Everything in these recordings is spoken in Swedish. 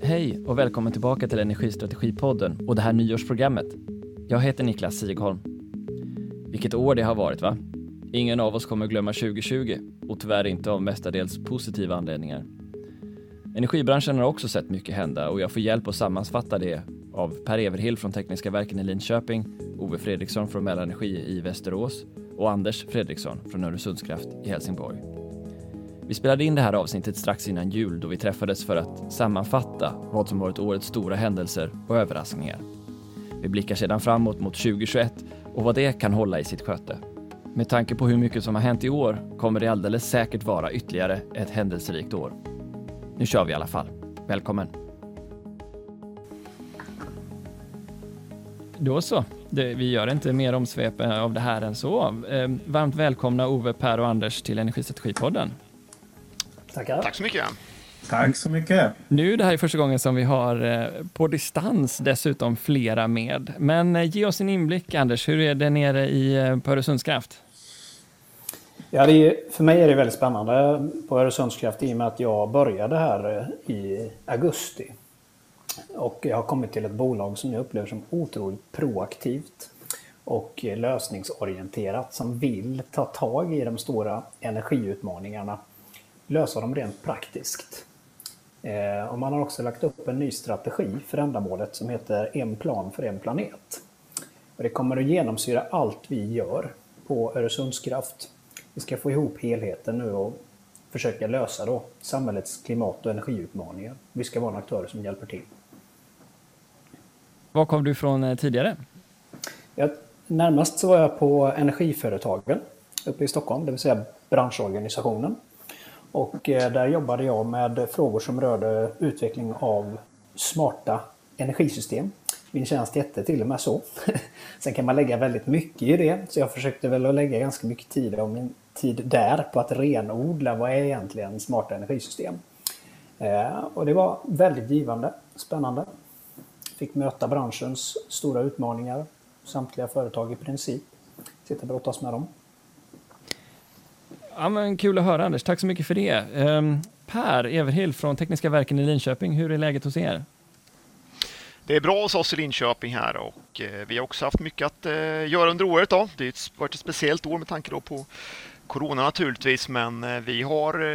Hej och välkommen tillbaka till Energistrategipodden och det här nyårsprogrammet. Jag heter Niklas Sigholm. Vilket år det har varit, va? Ingen av oss kommer glömma 2020 och tyvärr inte av mestadels positiva anledningar. Energibranschen har också sett mycket hända och jag får hjälp att sammanfatta det av Per Everhill från Tekniska verken i Linköping, Ove Fredriksson från Mälarenergi i Västerås och Anders Fredriksson från Öresundskraft i Helsingborg. Vi spelade in det här avsnittet strax innan jul då vi träffades för att sammanfatta vad som varit årets stora händelser och överraskningar. Vi blickar sedan framåt mot 2021 och vad det kan hålla i sitt sköte. Med tanke på hur mycket som har hänt i år kommer det alldeles säkert vara ytterligare ett händelserikt år. Nu kör vi i alla fall. Välkommen! Då så. Vi gör inte mer omsvep av det här än så. Varmt välkomna Ove, Per och Anders till Energistrategipodden. Tackar. Tack så mycket. Tack så mycket. Nu det här är första gången som vi har på distans dessutom flera med. Men ge oss en inblick, Anders. Hur är det nere på Öresundskraft? Ja, för mig är det väldigt spännande på Öresundskraft i och med att jag började här i augusti. Och jag har kommit till ett bolag som jag upplever som otroligt proaktivt och lösningsorienterat som vill ta tag i de stora energiutmaningarna, lösa dem rent praktiskt. Och man har också lagt upp en ny strategi för ändamålet som heter En plan för en planet. Och det kommer att genomsyra allt vi gör på Öresundskraft. Vi ska få ihop helheten nu och försöka lösa då samhällets klimat- och energiutmaningar. Vi ska vara en aktör som hjälper till. Var kom du ifrån tidigare? Närmast så var jag på Energiföretagen uppe i Stockholm, det vill säga branschorganisationen. Och där jobbade jag med frågor som rörde utveckling av smarta energisystem. Min tjänst hette till och med så. Sen kan man lägga väldigt mycket i det. Så jag försökte väl att lägga ganska mycket tid av min tid där på att renodla vad är egentligen smarta energisystem. Och det var väldigt givande, spännande. Fick möta branschens stora utmaningar. Samtliga företag i princip. Sitta och brottas med dem. Ja, men kul att höra, Anders. Tack så mycket för det. Per Everhill från Tekniska verken i Linköping. Hur är läget hos er? Det är bra hos oss i Linköping här och vi har också haft mycket att göra under året. Då. Det har varit ett speciellt år med tanke då på corona naturligtvis, men vi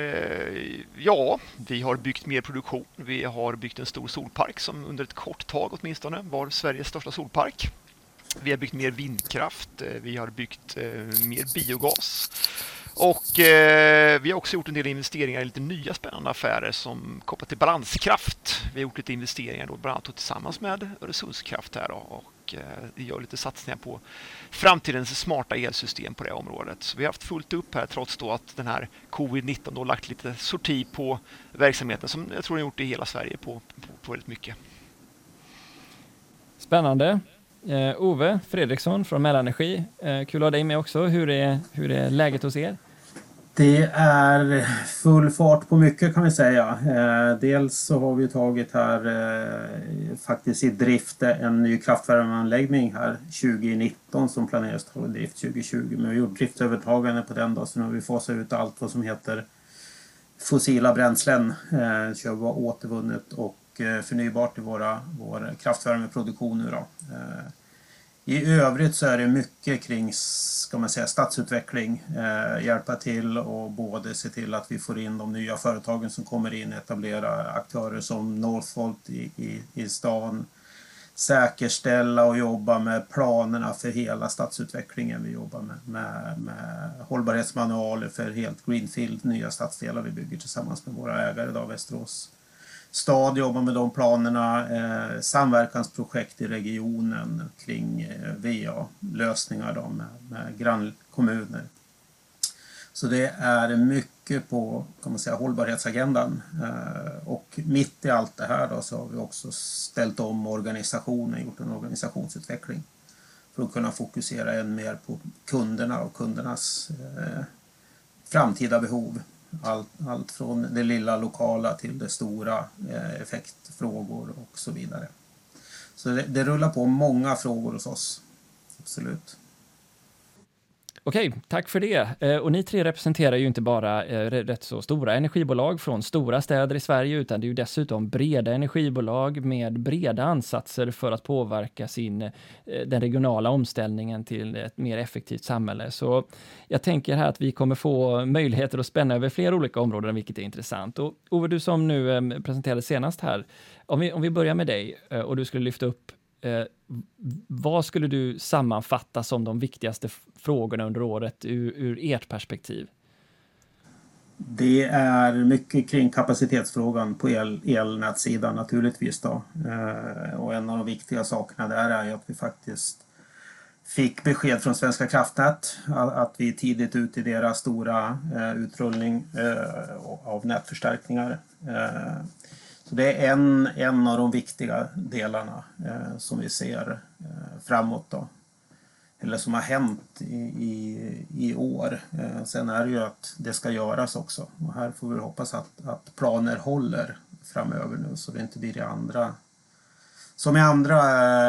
har byggt mer produktion. Vi har byggt en stor solpark som under ett kort tag åtminstone var Sveriges största solpark. Vi har byggt mer vindkraft, vi har byggt mer biogas. Och vi har också gjort en del investeringar i lite nya spännande affärer som kopplat till balanskraft. Vi har gjort lite investeringar då, bland annat tillsammans med Öresundskraft här då, och gör lite satsningar på framtidens smarta elsystem på det området. Så vi har haft fullt upp här trots då att den här covid-19 då lagt lite sorti på verksamheten som jag tror har gjort i hela Sverige på väldigt mycket. Spännande. Ove Fredriksson från Mälarenergi. Kul att ha dig med också. Hur är läget hos er? Det är full fart på mycket kan vi säga. Dels så har vi tagit här faktiskt i drift en ny kraftvärmeanläggning här 2019 som planeras ta i drift 2020. Men vi har gjort driftövertagande på den då, så nu har vi fasat ut allt vad som heter fossila bränslen. Kör vi återvunnet och förnybart i vår kraftvärmeproduktion nu då. I övrigt så är det mycket kring, ska man säga, stadsutveckling, hjälpa till och både se till att vi får in de nya företagen som kommer in, etablera aktörer som Northvolt i stan, säkerställa och jobba med planerna för hela stadsutvecklingen. Vi jobbar med hållbarhetsmanualer för helt greenfield, nya stadsdelar vi bygger tillsammans med våra ägare idag, Västerås stad, jobbar med de planerna, samverkansprojekt i regionen kring VA-lösningar då med grannkommuner. Så det är mycket på, kan man säga, hållbarhetsagendan. Och mitt i allt det här då så har vi också ställt om organisationen, gjort en organisationsutveckling för att kunna fokusera än mer på kunderna och kundernas framtida behov. Allt från det lilla lokala till det stora, effektfrågor och så vidare. Så det rullar på många frågor hos oss, absolut. Okej, tack för det. Och ni tre representerar ju inte bara rätt så stora energibolag från stora städer i Sverige, utan det är ju dessutom breda energibolag med breda ansatser för att påverka den regionala omställningen till ett mer effektivt samhälle. Så jag tänker här att vi kommer få möjligheter att spänna över flera olika områden, vilket är intressant. Och Ove, du som nu presenterade senast här, om vi börjar med dig och du skulle lyfta upp vad skulle du sammanfatta som de viktigaste frågorna under året ur ert perspektiv? Det är mycket kring kapacitetsfrågan på elnätssidan naturligtvis då. Och en av de viktiga sakerna där är ju att vi faktiskt fick besked från Svenska kraftnät att vi är tidigt ute i deras stora utrullning av nätförstärkningar. Så det är en av de viktiga delarna som vi ser framåt då. Eller som har hänt i år. Sen är det ju att det ska göras också. Och här får vi hoppas att planer håller framöver nu. Så det inte blir det andra. Som i andra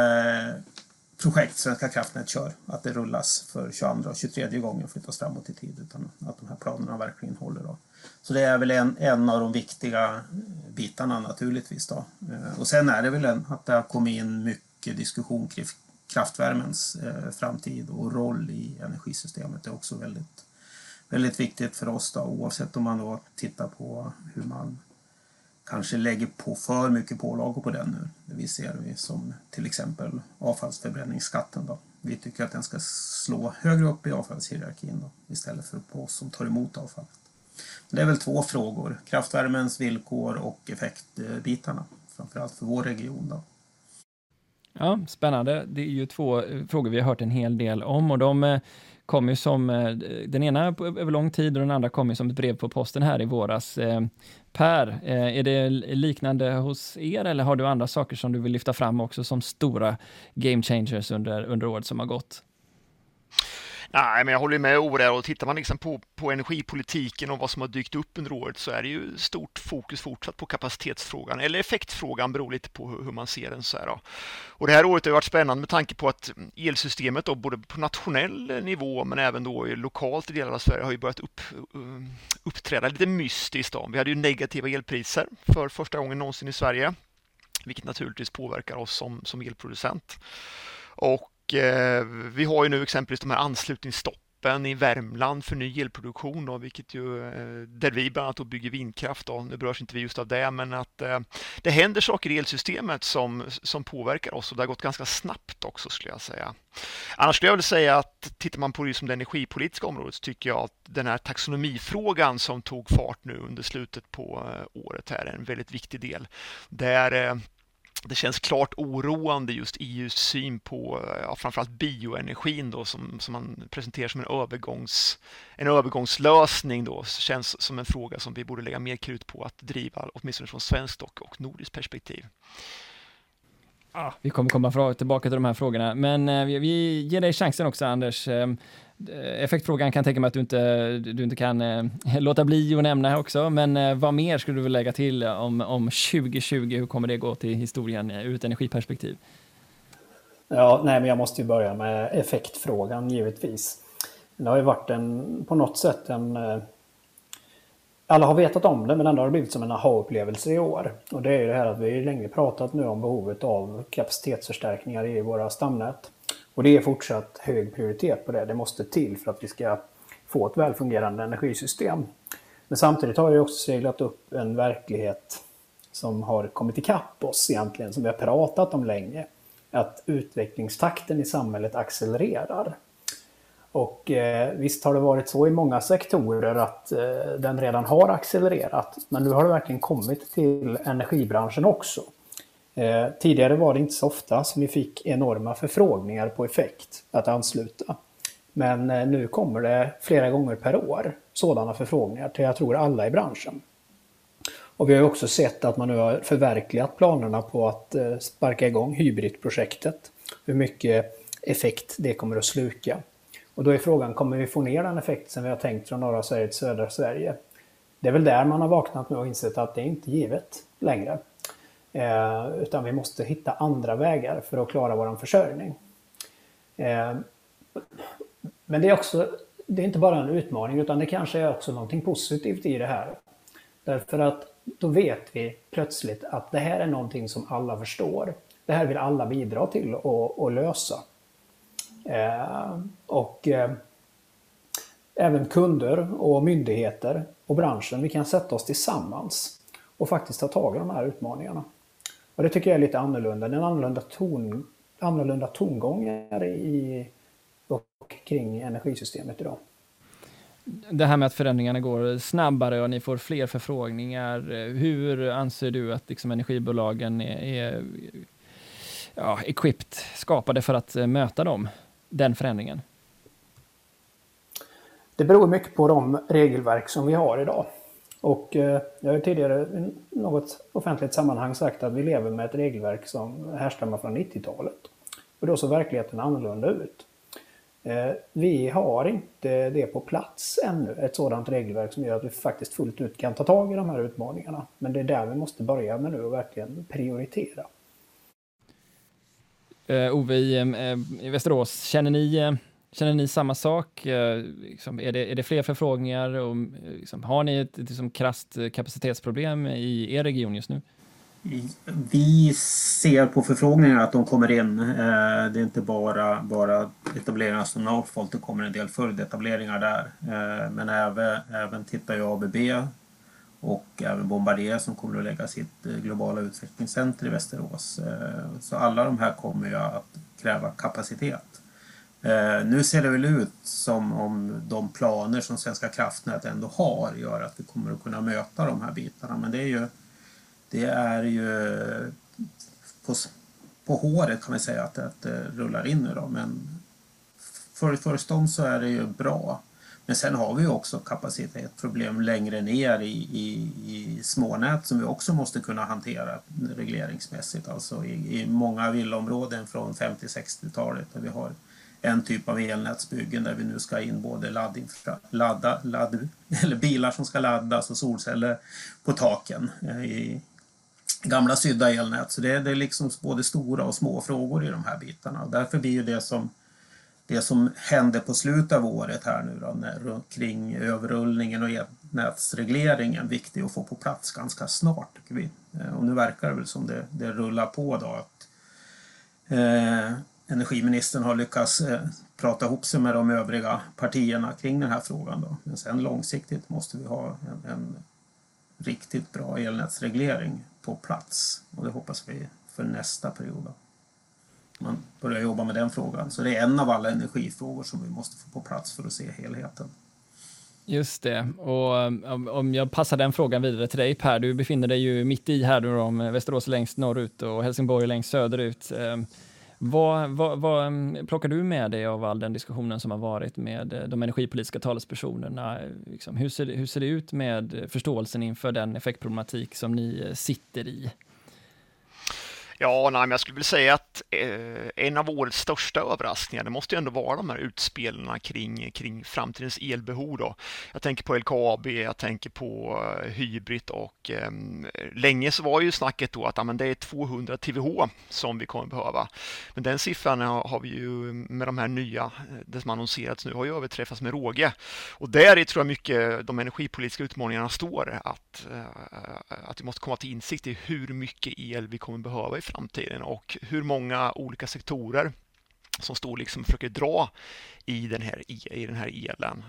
projekt Svenska kraftnät kör. Att det rullas för 22 och 23 gånger och flyttas framåt i tid. Utan att de här planerna verkligen håller då. Så det är väl en av de viktiga bitarna naturligtvis då. Och sen är det väl att det har kommit in mycket diskussion kring kraftvärmens framtid och roll i energisystemet. Det är också väldigt, väldigt viktigt för oss då, oavsett om man då tittar på hur man kanske lägger på för mycket pålagor på den nu. Det vi ser vi som till exempel avfallsförbränningsskatten då. Vi tycker att den ska slå högre upp i avfallshierarkin då, istället för på oss som tar emot avfallet. Det är väl två frågor, kraftvärmens villkor och effektbitarna, framförallt för vår region då. Ja, spännande. Det är ju två frågor vi har hört en hel del om och de kommer ju som, den ena över lång tid och den andra kommer som ett brev på posten här i våras. Per, är det liknande hos er eller har du andra saker som du vill lyfta fram också som stora game changers under året som har gått? Nej, men jag håller med Ove och tittar man liksom på energipolitiken och vad som har dykt upp under året så är det ju stort fokus fortsatt på kapacitetsfrågan eller effektfrågan, beror lite på hur man ser den så här då. Och det här året har varit spännande med tanke på att elsystemet då, både på nationell nivå men även då lokalt i delar av Sverige har ju börjat uppträda lite mystiskt då. Vi hade ju negativa elpriser för första gången någonsin i Sverige, vilket naturligtvis påverkar oss som elproducent. Och vi har ju nu exempelvis de här anslutningsstoppen i Värmland för ny elproduktion då, vilket ju, där vi bland annat bygger vindkraft då. Nu berörs inte vi just av det, men att det händer saker i elsystemet som påverkar oss och det har gått ganska snabbt också skulle jag säga. Annars skulle jag vilja säga att tittar man på det som det energipolitiska området så tycker jag att den här taxonomifrågan som tog fart nu under slutet på året här är en väldigt viktig del. Där det känns klart oroande just EUs syn på framförallt bioenergin då, som man presenterar som en övergångslösning då, känns som en fråga som vi borde lägga mer krut på att driva, åtminstone från svenskt och nordiskt perspektiv. Vi kommer komma tillbaka till de här frågorna, men vi ger dig chansen också, Anders. Effektfrågan kan tänka mig att du inte kan låta bli att nämna här också, men vad mer skulle du vilja lägga till om 2020? Hur kommer det gå till historien ur ett energiperspektiv? Ja, nej, men jag måste ju börja med effektfrågan givetvis. Det har ju varit på något sätt alla har vetat om det, men ändå har det blivit som en aha-upplevelse i år. Och det är ju det här att vi länge pratat nu om behovet av kapacitetsförstärkningar i våra stamnät. Och det är fortsatt hög prioritet på det. Det måste till för att vi ska få ett välfungerande energisystem. Men samtidigt har det också seglat upp en verklighet som har kommit ikapp oss egentligen, som vi har pratat om länge. Att utvecklingstakten i samhället accelererar. Och visst har det varit så i många sektorer att den redan har accelererat. Men nu har det verkligen kommit till energibranschen också. Tidigare var det inte så ofta som vi fick enorma förfrågningar på effekt att ansluta. Men nu kommer det flera gånger per år sådana förfrågningar till jag tror alla i branschen. Och vi har också sett att man nu har förverkligat planerna på att sparka igång hybridprojektet. Hur mycket effekt det kommer att sluka. Och då är frågan, kommer vi få ner den effekt som vi har tänkt från norra Sverige till södra Sverige? Det är väl där man har vaknat nu och insett att det är inte givet längre. Utan vi måste hitta andra vägar för att klara vår försörjning. Men det är också det är inte bara en utmaning utan det kanske är också någonting positivt i det här. Därför att då vet vi plötsligt att det här är någonting som alla förstår. Det här vill alla bidra till och lösa. Även kunder och myndigheter och branschen, vi kan sätta oss tillsammans och faktiskt ta tag i de här utmaningarna. Och det tycker jag är lite annorlunda. Det är en annorlunda tongångar i och kring energisystemet idag. Det här med att förändringarna går snabbare och ni får fler förfrågningar. Hur anser du att liksom energibolagen är equipped, skapade för att möta den förändringen? Det beror mycket på de regelverk som vi har idag. Och jag har tidigare i något offentligt sammanhang sagt att vi lever med ett regelverk som härstammar från 90-talet. Och då såg verkligheten annorlunda ut. Vi har inte det på plats ännu, ett sådant regelverk som gör att vi faktiskt fullt ut kan ta tag i de här utmaningarna. Men det är där vi måste börja med nu och verkligen prioritera. Ove, i Västerås, känner ni samma sak? Är det fler förfrågningar? Och, har ni ett krasst kapacitetsproblem i er region just nu? Vi ser på förfrågningar att de kommer in. Det är inte bara etableringar som Northvolt, det kommer en del följdetableringar där. Men även tittar ju ABB och även Bombardier som kommer att lägga sitt globala utvecklingscenter i Västerås. Så alla de här kommer ju att kräva kapacitet. Nu ser det väl ut som om de planer som Svenska kraftnät ändå har gör att vi kommer att kunna möta de här bitarna. Men det är ju på håret kan man säga att det rullar in nu då. Men förstånd så är det ju bra. Men sen har vi också kapacitetsproblem längre ner i smånät som vi också måste kunna hantera regleringsmässigt. Alltså i många villaområden från 50-60-talet där vi har en typ av elnätsbyggen där vi nu ska in både eller bilar som ska laddas och solceller på taken i gamla sydda elnät. Så det är liksom både stora och små frågor i de här bitarna. Och därför blir ju det som hände på slutet av året här nu då, kring överrullningen och elnätsregleringen viktigt att få på plats ganska snart tycker vi. Och nu verkar det väl som det rullar på då att energiministern har lyckats prata ihop sig med de övriga partierna kring den här frågan då. Men sen långsiktigt måste vi ha en riktigt bra elnätsreglering på plats. Och det hoppas vi för nästa period då. Man börjar jobba med den frågan. Så det är en av alla energifrågor som vi måste få på plats för att se helheten. Just det. Och om jag passar den frågan vidare till dig Per, du befinner dig ju mitt i här då, om Västerås längst norrut och Helsingborg längst söderut. Vad plockar du med dig av all den diskussionen som har varit med de energipolitiska talespersonerna? Hur ser det ut med förståelsen inför den effektproblematik som ni sitter i? Ja, men jag skulle vilja säga att en av årets största överraskningar, det måste ju ändå vara de här utspelen kring framtidens elbehov då. Jag tänker på LKAB, jag tänker på Hybrid och länge så var ju snacket då att det är 200 TWh som vi kommer behöva. Men den siffran har vi ju med de här nya, det som annonserats nu, har ju överträffats med råge. Och där tror jag mycket de energipolitiska utmaningarna står, att vi måste komma till insikt i hur mycket el vi kommer behöva i framtiden och hur många olika sektorer som står liksom försöker dra i den här elen.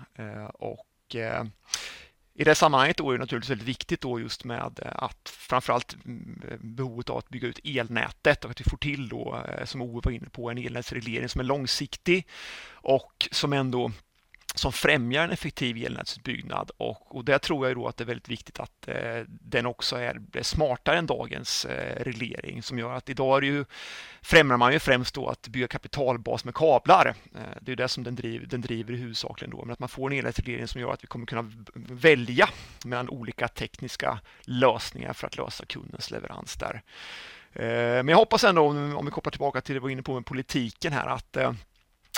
I det sammanhanget då är det naturligtvis väldigt viktigt då just med att framförallt behovet av att bygga ut elnätet och att vi får till då, som Ove var inne på, en elnätsreglering som är långsiktig och som främjar en effektiv elnätsutbyggnad och där tror jag då att det är väldigt viktigt att den också är smartare än dagens reglering som gör att idag främjar man ju främst då att bygga kapitalbas med kablar. Det är det som den driver i huvudsakligen då, men att man får en elnätsreglering som gör att vi kommer kunna välja mellan olika tekniska lösningar för att lösa kundens leverans där. Men jag hoppas ändå, om vi kopplar tillbaka till det vi var inne på med politiken här, att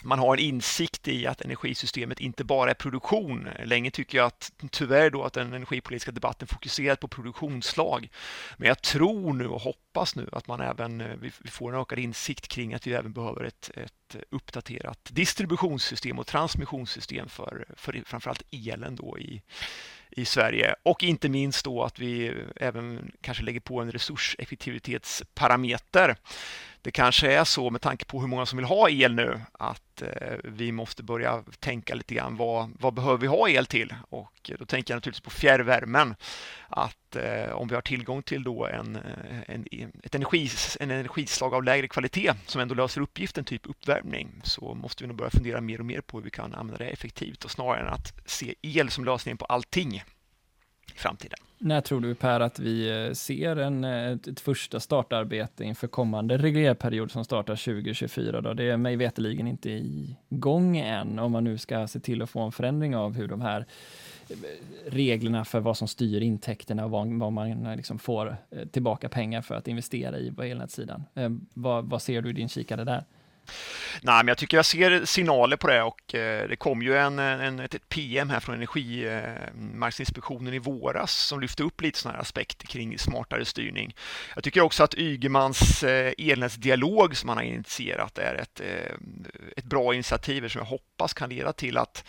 man har en insikt i att energisystemet inte bara är produktion. Länge tycker jag att tyvärr då att den energipolitiska debatten fokuserat på produktionsslag. Men jag tror nu och hoppas nu att man även vi får en ökad insikt kring att vi även behöver ett uppdaterat distributionssystem och transmissionssystem för framförallt elen då i Sverige, och inte minst då att vi även kanske lägger på en resurseffektivitetsparameter. Det kanske är så med tanke på hur många som vill ha el nu att vi måste börja tänka lite grann vad behöver vi ha el till, och då tänker jag naturligtvis på fjärrvärmen, att om vi har tillgång till då ett energislag av lägre kvalitet som ändå löser uppgiften typ uppvärmning, så måste vi nog börja fundera mer och mer på hur vi kan använda det effektivt och snarare än att se el som lösningen på allting i framtiden. När tror du, Per, att vi ser ett första startarbete inför kommande reglerperiod som startar 2024? Då? Det är mig veterligen inte igång än, om man nu ska se till att få en förändring av hur de här reglerna för vad som styr intäkterna och vad man liksom får tillbaka pengar för att investera i på elnätssidan. Vad ser du i din kikare där? Nej, men jag tycker jag ser signaler på det, och det kom ju ett PM här från Energimarknadsinspektionen i våras som lyfte upp lite sådana här aspekter kring smartare styrning. Jag tycker också att Ygemans elnätsdialog som han har initierat är ett bra initiativ som jag hoppas kan leda till att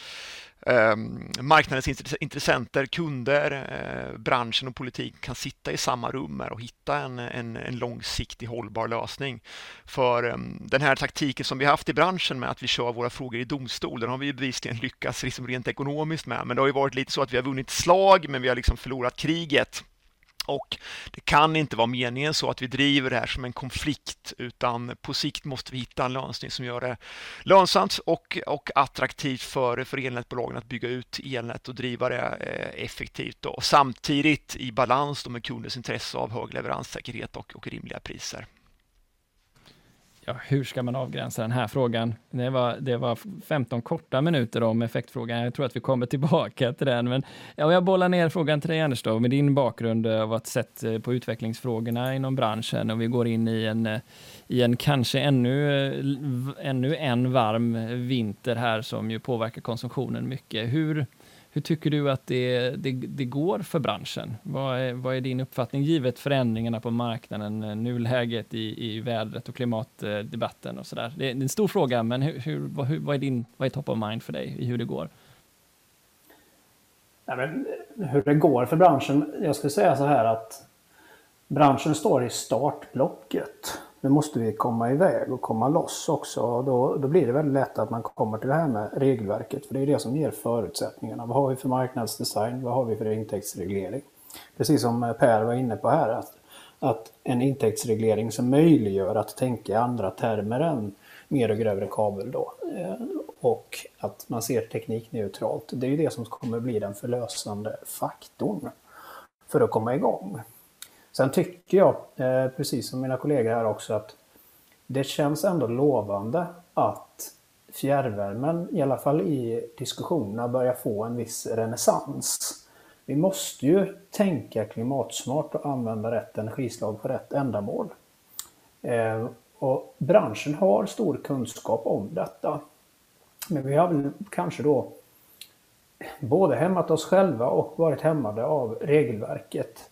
marknadens intressenter, kunder, branschen och politik kan sitta i samma rum och hitta en långsiktig hållbar lösning. För den här taktiken som vi haft i branschen med att vi kör våra frågor i domstol, den har vi ju bevisligen lyckats liksom rent ekonomiskt med, men det har ju varit lite så att vi har vunnit slag men vi har liksom förlorat kriget. Och det kan inte vara meningen så att vi driver det här som en konflikt, utan på sikt måste vi hitta en lösning som gör det lönsamt och attraktivt för elnätbolagen att bygga ut elnät och driva det effektivt då, och samtidigt i balans med kundens intresse av hög leveranssäkerhet och rimliga priser. Ja, hur ska man avgränsa den här frågan? Det var 15 korta minuter om effektfrågan. Jag tror att vi kommer tillbaka till den. Men jag bollar ner frågan till dig, Anders, då, med din bakgrund av att sett på utvecklingsfrågorna inom branschen, och vi går in i en kanske ännu en varm vinter här som ju påverkar konsumtionen mycket. Hur tycker du att det går för branschen? Vad är din uppfattning givet förändringarna på marknaden, nuläget i vädret och klimatdebatten och sådär? Det är en stor fråga, men vad är top of mind för dig i hur det går? Ja, men hur det går för branschen? Jag skulle säga så här att branschen står i startblocket. Nu måste vi komma iväg och komma loss också. Då blir det väldigt lätt att man kommer till det här med regelverket. För det är det som ger förutsättningarna. Vad har vi för marknadsdesign? Vad har vi för intäktsreglering? Precis som Per var inne på här. Att en intäktsreglering som möjliggör att tänka i andra termer än mer och grövre kabel då. Och att man ser teknikneutralt. Det är ju det som kommer bli den förlösande faktorn för att komma igång. Sen tycker jag, precis som mina kollegor här också, att det känns ändå lovande att fjärrvärmen, i alla fall i diskussionerna, börjar få en viss renässans. Vi måste ju tänka klimatsmart och använda rätt energislag för rätt ändamål. Och branschen har stor kunskap om detta. Men vi har väl kanske då både hämmat oss själva och varit hämmade av regelverket.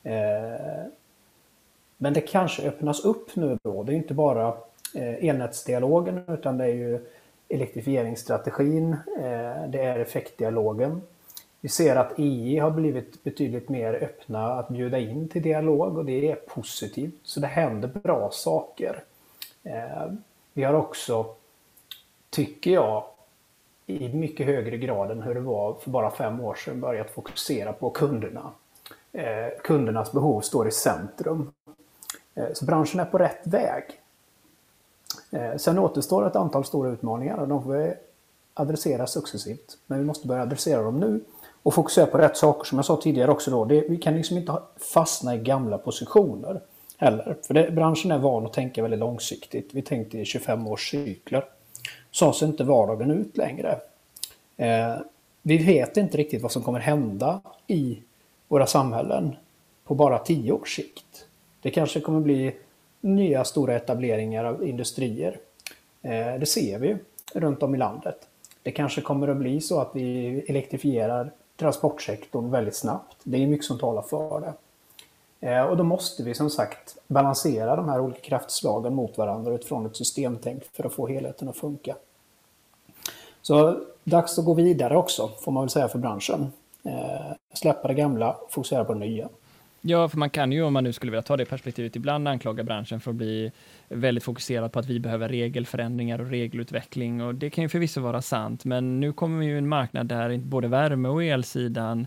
Men det kanske öppnas upp nu då. Det är inte bara elnätsdialogen, utan det är ju elektrifieringsstrategin, det är effektdialogen. Vi ser att EI har blivit betydligt mer öppna att bjuda in till dialog, och det är positivt. Så det händer bra saker. Vi har också, tycker jag, i mycket högre grad än hur det var för bara 5 år sedan börjat fokusera på kunderna. Kundernas behov står i centrum. Så branschen är på rätt väg. Sen återstår ett antal stora utmaningar, och de får vi adressera successivt. Men vi måste börja adressera dem nu och fokusera på rätt saker, som jag sa tidigare också då. Vi kan liksom inte fastna i gamla positioner heller. För branschen är van att tänka väldigt långsiktigt. Vi tänkte i 25 års cykler. Så ser inte vardagen ut längre. Vi vet inte riktigt vad som kommer hända i våra samhällen på bara 10 års sikt. Det kanske kommer bli nya stora etableringar av industrier. Det ser vi ju. runt om i landet. Det kanske kommer att bli så att vi elektrifierar transportsektorn väldigt snabbt. Det är mycket som talar för det. Och då måste vi som sagt balansera de här olika kraftslagen mot varandra utifrån ett systemtänk för att få helheten att funka. Så dags att gå vidare också, får man väl säga, för branschen. Släppa det gamla och fokusera på det nya. Ja, för man kan ju, om man nu skulle vilja ta det perspektivet, ibland anklaga branschen för att bli väldigt fokuserad på att vi behöver regelförändringar och regelutveckling, och det kan ju förvisso vara sant, men nu kommer vi ju en marknad där både värme- och elsidan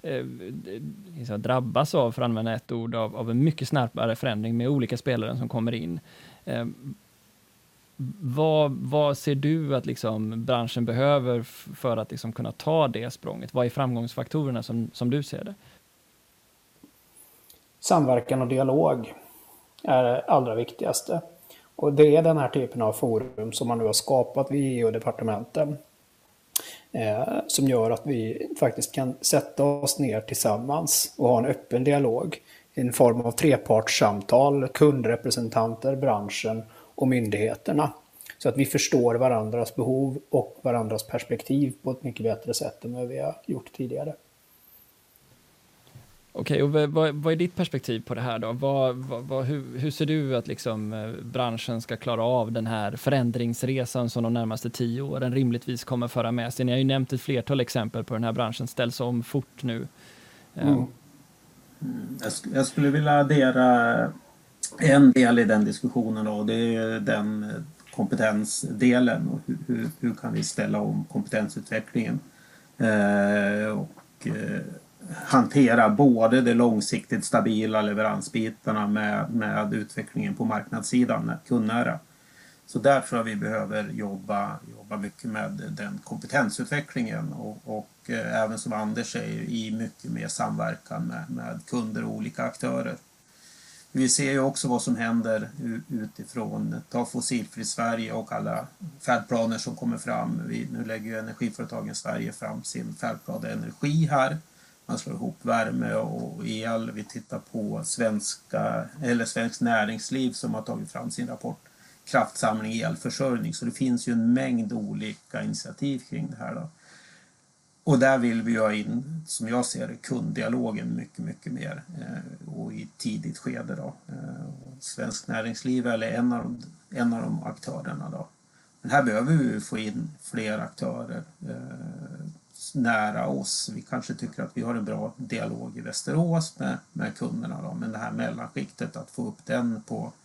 drabbas av, för att använda ett ord, av en mycket snabbare förändring med olika spelare som kommer in. Vad ser du att liksom branschen behöver för att liksom kunna ta det språnget? Vad är framgångsfaktorerna som du ser det? Samverkan och dialog är det allra viktigaste. Och det är den här typen av forum som man nu har skapat vid EU-departementen som gör att vi faktiskt kan sätta oss ner tillsammans och ha en öppen dialog i en form av trepartssamtal, kundrepresentanter, branschen och myndigheterna. Så att vi förstår varandras behov och varandras perspektiv på ett mycket bättre sätt än vad vi har gjort tidigare. Okej, och vad är ditt perspektiv på det här då? Hur ser du att liksom branschen ska klara av den här förändringsresan som de närmaste 10 åren rimligtvis kommer föra med sig? Ni har ju nämnt ett flertal exempel på den här branschen ställs om fort nu. Jag skulle vilja addera en del i den diskussionen då, det är den kompetensdelen och hur kan vi ställa om kompetensutvecklingen och hantera både de långsiktigt stabila leveransbitarna med utvecklingen på marknadssidan, kundnära. Så där tror jag vi behöver jobba mycket med den kompetensutvecklingen och även som Anders säger i mycket mer samverkan med kunder och olika aktörer. Vi ser ju också vad som händer utifrån ta fossilfri Sverige och alla färdplaner som kommer fram. Nu lägger ju Energiföretagen Sverige fram sin färdplan energi här. Man slår ihop värme och el. Vi tittar på Svenskt Näringsliv som har tagit fram sin rapport Kraftsamling elförsörjning. Så det finns ju en mängd olika initiativ kring det här då. Och där vill vi ha in, som jag ser det, kunddialogen mycket, mycket mer och i tidigt skede då. Svenskt Näringsliv eller en av de aktörerna då. Men här behöver vi få in fler aktörer nära oss. Vi kanske tycker att vi har en bra dialog i Västerås med kunderna då, men det här mellanskiktet att få upp den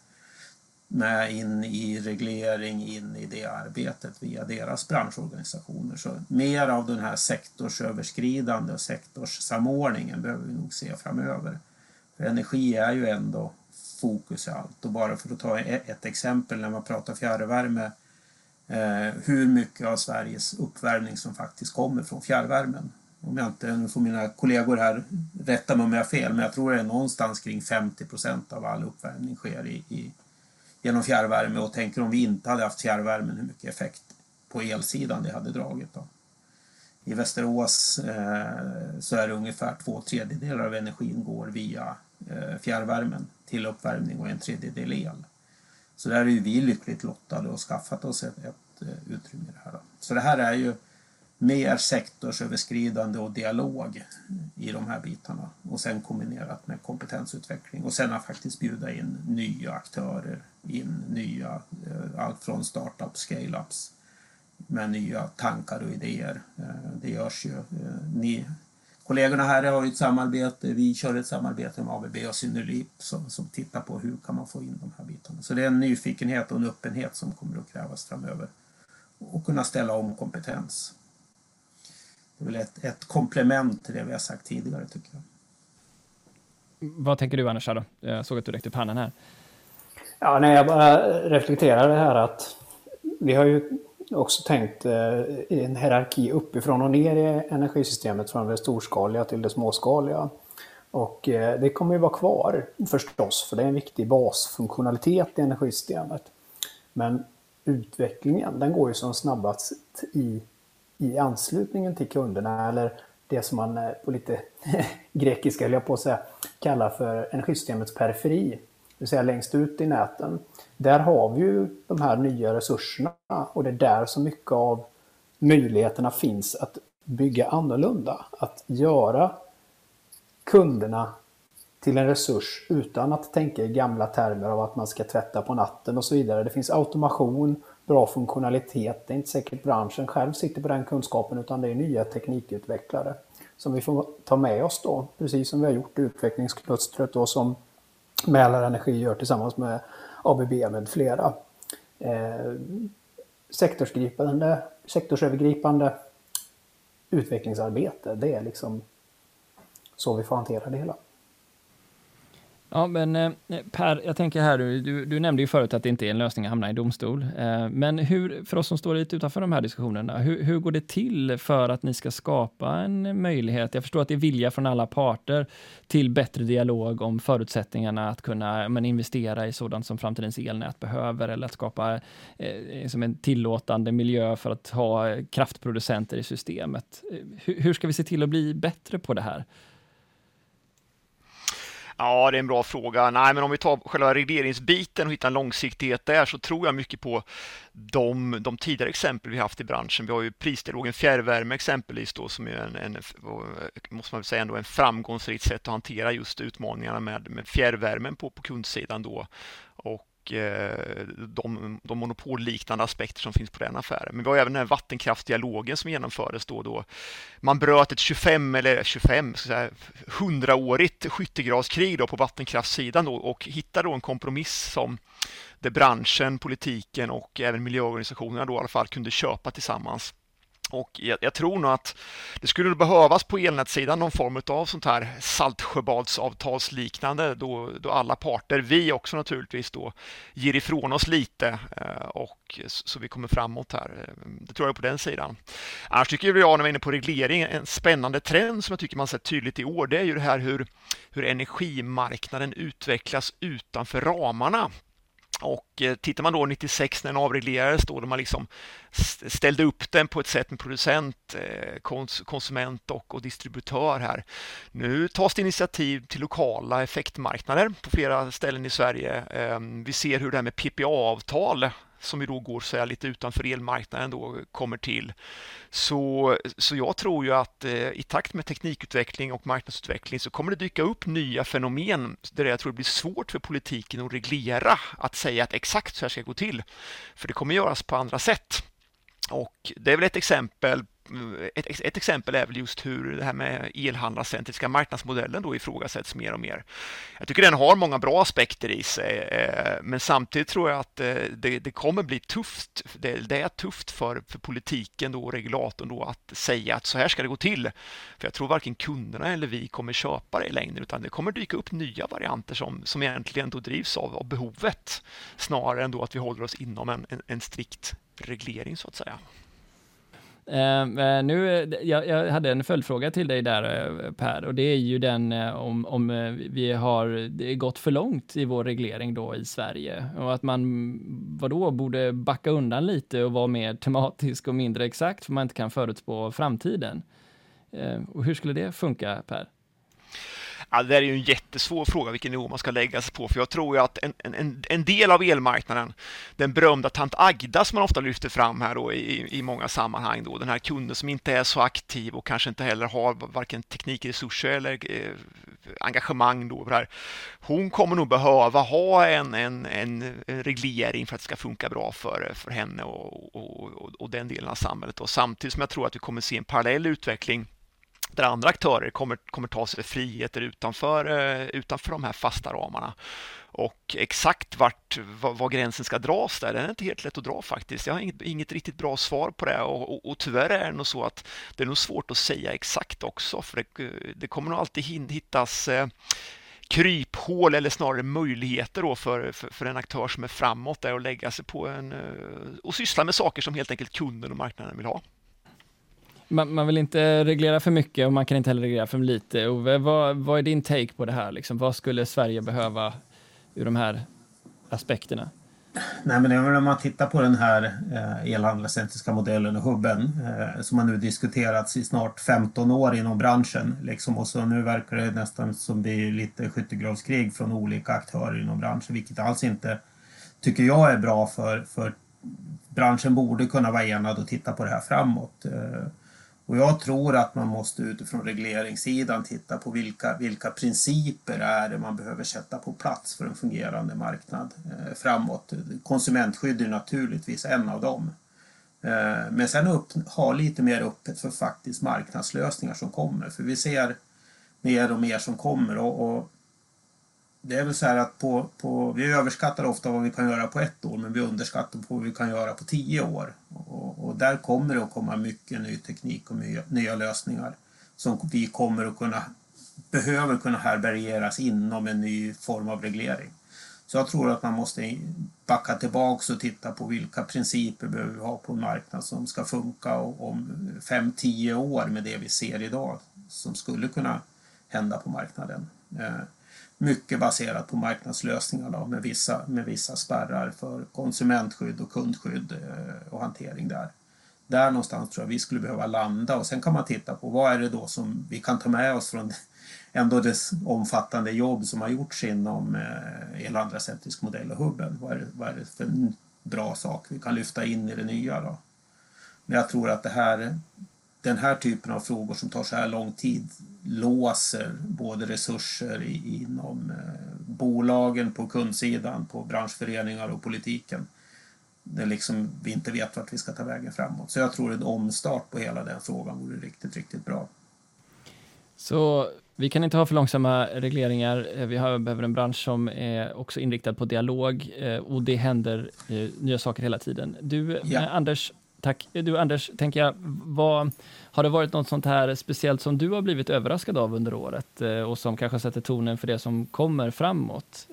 in i reglering, in i det arbetet via deras branschorganisationer. Så mer av den här sektorsöverskridande och sektorssamordningen behöver vi nog se framöver. För energi är ju ändå fokus i allt. Och bara för att ta ett exempel när man pratar fjärrvärme, hur mycket av Sveriges uppvärmning som faktiskt kommer från fjärrvärmen. Nu får mina kollegor här rätta mig om jag har fel, men jag tror det är någonstans kring 50% av all uppvärmning sker genom fjärrvärme, och tänker om vi inte hade haft fjärrvärmen hur mycket effekt på elsidan det hade dragit då. I Västerås så är det ungefär 2/3 av energin går via fjärrvärmen till uppvärmning och 1/3 el. Så där är ju vi lyckligt lottade och skaffat oss ett utrymme i det här då. Så det här är ju mer sektorsöverskridande och dialog i de här bitarna. Och sen kombinerat med kompetensutveckling. Och sen att faktiskt bjuda in nya aktörer, allt från startups, scale-ups med nya tankar och idéer. Det görs ju. Kollegorna här har ju ett samarbete, vi kör ett samarbete med ABB och Synnerlip som tittar på hur kan man få in de här bitarna. Så det är en nyfikenhet och en öppenhet som kommer att krävas framöver. Och kunna ställa om kompetens. Det är väl ett komplement till det vi har sagt tidigare, tycker jag. Vad tänker du, Anders, då? Jag såg att du räckte upp handen här. Ja, när jag bara reflekterar det här att vi har ju också tänkt i en hierarki uppifrån och ner i energisystemet från det storskaliga till det småskaliga. Och det kommer ju vara kvar förstås, för det är en viktig basfunktionalitet i energisystemet. Men utvecklingen, den går ju som snabbast i anslutningen till kunderna, eller det som man på lite grekiska, vill jag på att säga, kallar för energisystemets periferi. vill säga längst ut i näten. Där har vi ju de här nya resurserna och det är där så mycket av möjligheterna finns att bygga annorlunda. Att göra kunderna till en resurs utan att tänka i gamla termer av att man ska tvätta på natten och så vidare. Det finns automation, bra funktionalitet. Det är inte säkert branschen själv sitter på den kunskapen utan det är nya teknikutvecklare som vi får ta med oss då. Precis som vi har gjort i utvecklingsklustret och som Mälarenergi gör tillsammans med ABB med flera. Sektorsövergripande utvecklingsarbete, det är liksom så vi får hantera det hela. Ja, men Per, jag tänker här, du nämnde ju förut att det inte är en lösning att hamna i domstol. Men hur, för oss som står lite utanför de här diskussionerna, hur går det till för att ni ska skapa en möjlighet? Jag förstår att det är vilja från alla parter till bättre dialog om förutsättningarna att kunna investera i sådant som framtidens elnät behöver eller att skapa som en tillåtande miljö för att ha kraftproducenter i systemet. Hur ska vi se till att bli bättre på det här? Ja, det är en bra fråga. Nej, men om vi tar själva regleringsbiten och hittar en långsiktighet där så tror jag mycket på de tidigare exempel vi haft i branschen. Vi har ju prisdialogen fjärrvärme exempelvis då, som är måste man säga ändå en framgångsrikt sätt att hantera just utmaningarna med fjärrvärmen på kundsidan då. Och de monopolliknande aspekter som finns på den affären. Men vi har även den här vattenkraftdialogen som genomfördes då man bröt ett 100-årigt skyttegravskrig då på vattenkraftssidan då, och hittade då en kompromiss som där branschen, politiken och även miljöorganisationerna då i alla fall kunde köpa tillsammans. Och jag tror nog att det skulle behövas på elnätssidan någon form av sånt här Saltsjöbadsavtalsliknande då alla parter, vi också naturligtvis då, ger ifrån oss lite och så vi kommer framåt här. Det tror jag på den sidan. Annars tycker jag när vi är inne på reglering, en spännande trend som jag tycker man sett tydligt i år, det är ju det här hur energimarknaden utvecklas utanför ramarna. Och tittar man då 96 när den avreglerades då man liksom ställde upp den på ett sätt med producent, konsument och distributör här. Nu tas det initiativ till lokala effektmarknader på flera ställen i Sverige. Vi ser hur det här med PPA-avtal som ju då går så här lite utanför elmarknaden då kommer till. Så jag tror ju att i takt med teknikutveckling och marknadsutveckling så kommer det dyka upp nya fenomen där jag tror det blir svårt för politiken att reglera, att säga att exakt så här ska gå till. För det kommer göras på andra sätt. Och det är väl ett exempel. Ett exempel är väl just hur det här med elhandlarcentriska marknadsmodellen då ifrågasätts mer och mer. Jag tycker den har många bra aspekter i sig, men samtidigt tror jag att det kommer bli tufft. Det är tufft för politiken då och regulatorn då att säga att så här ska det gå till. För jag tror varken kunderna eller vi kommer köpa det i längden, utan det kommer dyka upp nya varianter som egentligen då drivs av behovet snarare än då att vi håller oss inom en strikt reglering så att säga. Jag hade en följdfråga till dig där, Per, och det är ju den om vi har gått för långt i vår reglering då i Sverige och att man borde backa undan lite och vara mer tematisk och mindre exakt för man inte kan förutspå framtiden. Och hur skulle det funka, Per? Ja, det är ju en jättesvår fråga vilken nivå man ska lägga sig på, för jag tror ju att en del av elmarknaden, den berömda tant Agda som man ofta lyfter fram här då i många sammanhang då, den här kunden som inte är så aktiv och kanske inte heller har varken teknikresurser eller engagemang då där. Hon kommer nog behöva ha en reglering för att det ska funka bra för henne och den delen av samhället, och samtidigt som jag tror att vi kommer se en parallell utveckling där andra aktörer kommer ta sig friheter utanför de här fasta ramarna. Och exakt var gränsen ska dras där, den är inte helt lätt att dra faktiskt. Jag har inget riktigt bra svar på det, och tyvärr är det nog så att det är nog svårt att säga exakt också, för det kommer nog alltid hittas kryphål eller snarare möjligheter då för en aktör som är framåt där och lägga sig på och syssla med saker som helt enkelt kunden och marknaden vill ha. Man vill inte reglera för mycket och man kan inte heller reglera för lite. Och vad är din take på det här? Liksom? Vad skulle Sverige behöva ur de här aspekterna? Nej, men när man tittar på den här elhandlarcentriska modellen och hubben som har nu diskuterats i snart 15 år inom branschen. Liksom, och så nu verkar det nästan som det är lite skyttegravskrig från olika aktörer inom branschen. Vilket alls inte tycker jag är bra för branschen borde kunna vara enad och titta på det här framåt. Och jag tror att man måste utifrån regleringssidan titta på vilka principer är det man behöver sätta på plats för en fungerande marknad framåt. Konsumentskydd är naturligtvis en av dem. Men sen ha lite mer öppet för faktiskt marknadslösningar som kommer. För vi ser mer och mer som kommer och det är väl så här att vi överskattar ofta vad vi kan göra på 1 år, men vi underskattar på vad vi kan göra på 10 år. Och där kommer det att komma mycket ny teknik och nya lösningar som vi behöver kunna härbärgeras inom en ny form av reglering. Så jag tror att man måste backa tillbaka och titta på vilka principer behöver vi ha på en marknad som ska funka om 5-10 år med det vi ser idag som skulle kunna hända på marknaden. Mycket baserat på marknadslösningar då, med vissa spärrar för konsumentskydd och kundskydd och hantering där. Där någonstans tror jag vi skulle behöva landa och sen kan man titta på vad är det då som vi kan ta med oss från ändå det omfattande jobb som har gjorts inom elhandlarcentrisk modell och hubben. Vad är det för en bra sak vi kan lyfta in i det nya då? Men jag tror att den här typen av frågor som tar så här lång tid låser både resurser inom bolagen på kundsidan, på branschföreningar och politiken. Det liksom vi inte vet vart vi ska ta vägen framåt. Så jag tror en omstart på hela den frågan vore riktigt, riktigt bra. Så vi kan inte ha för långsamma regleringar. Vi behöver en bransch som är också inriktad på dialog och det händer nya saker hela tiden. Anders, tack. Du Anders, tänker jag, har det varit något sånt här speciellt som du har blivit överraskad av under året och som kanske sätter tonen för det som kommer framåt?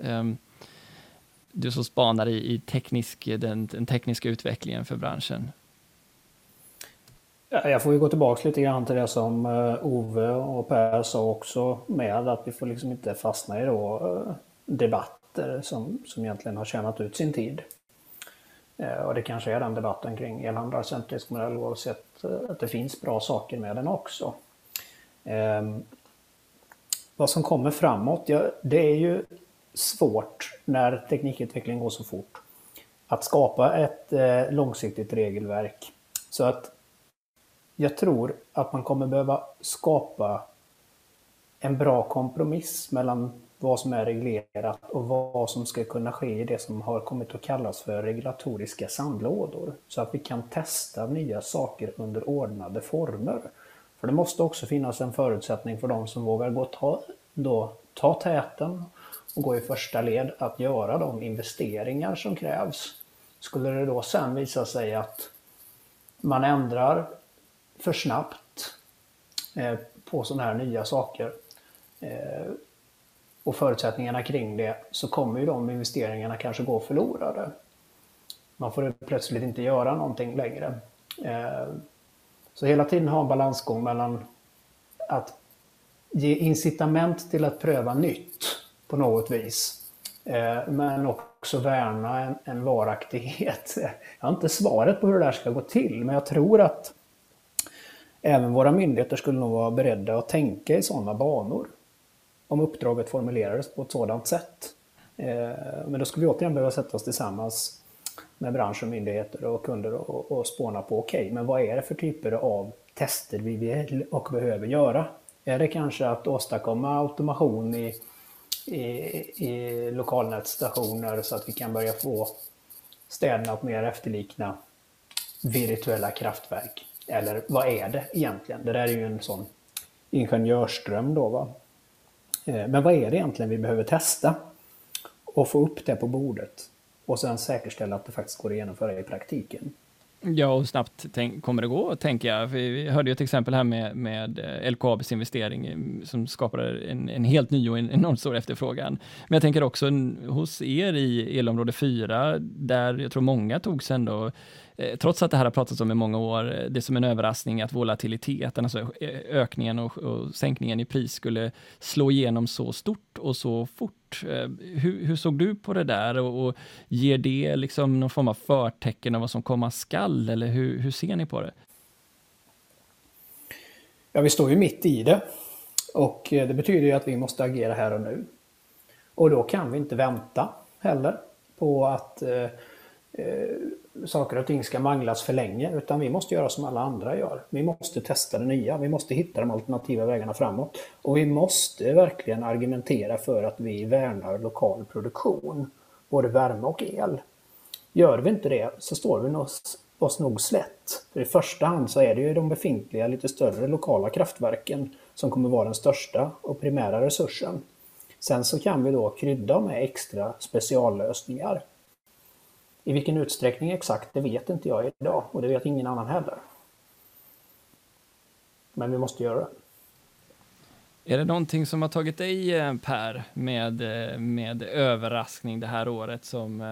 Du som spanar i den tekniska utvecklingen för branschen. Ja, jag får ju gå tillbaka lite grann till det som Ove och Per sa också med att vi får liksom inte fastna i debatter som egentligen har tjänat ut sin tid. Och det kanske är den debatten kring elhandlarcentrisk modell oavsett att det finns bra saker med den också. Vad som kommer framåt, det är ju svårt när teknikutvecklingen går så fort att skapa ett långsiktigt regelverk. Så att jag tror att man kommer behöva skapa en bra kompromiss mellan vad som är reglerat och vad som ska kunna ske i det som har kommit att kallas för regulatoriska sandlådor. Så att vi kan testa nya saker under ordnade former. För det måste också finnas en förutsättning för de som vågar ta täten och gå i första led att göra de investeringar som krävs. Skulle det då sen visa sig att man ändrar för snabbt på sådana här nya saker och förutsättningarna kring det, så kommer ju de investeringarna kanske gå förlorade. Man får plötsligt inte göra någonting längre. Så hela tiden ha en balansgång mellan att ge incitament till att pröva nytt på något vis, men också värna en varaktighet. Jag har inte svaret på hur det där ska gå till, men jag tror att även våra myndigheter skulle nog vara beredda att tänka i sådana banor om uppdraget formulerades på ett sådant sätt. Men då skulle vi återigen behöva sätta oss tillsammans med bransch och myndigheter och kunder och spåna på men vad är det för typer av tester vi vill och behöver göra? Är det kanske att åstadkomma automation i lokalnätstationer så att vi kan börja få städerna att mer efterlikna virtuella kraftverk? Eller vad är det egentligen? Det där är ju en sån ingenjörsdröm då, va? Men vad är det egentligen vi behöver testa och få upp det på bordet och sen säkerställa att det faktiskt går att genomföra i praktiken? Ja, och snabbt kommer det gå, tänker jag. Vi hörde ju ett exempel här med LKABs investering som skapade en helt ny och en enormt stor efterfrågan. Men jag tänker också hos er i elområde 4, där jag tror många tog sen då, trots att det här har pratats om i många år, det är som en överraskning att volatiliteten, alltså ökningen och sänkningen i pris skulle slå igenom så stort och så fort. Hur såg du på det där och ger det liksom någon form av förtecken av vad som komma skall, eller hur ser ni på det? Ja, vi står ju mitt i det och det betyder ju att vi måste agera här och nu. Och då kan vi inte vänta heller på att saker och ting ska manglas för länge, utan vi måste göra som alla andra gör. Vi måste testa det nya, vi måste hitta de alternativa vägarna framåt och vi måste verkligen argumentera för att vi värnar lokal produktion, både värme och el. Gör vi inte det så står vi oss nog slätt. För i första hand så är det ju de befintliga lite större lokala kraftverken som kommer vara den största och primära resursen. Sen så kan vi då krydda med extra speciallösningar. I vilken utsträckning exakt, det vet inte jag idag och det vet ingen annan heller. Men vi måste göra det. Är det någonting som har tagit dig, Per, med överraskning det här året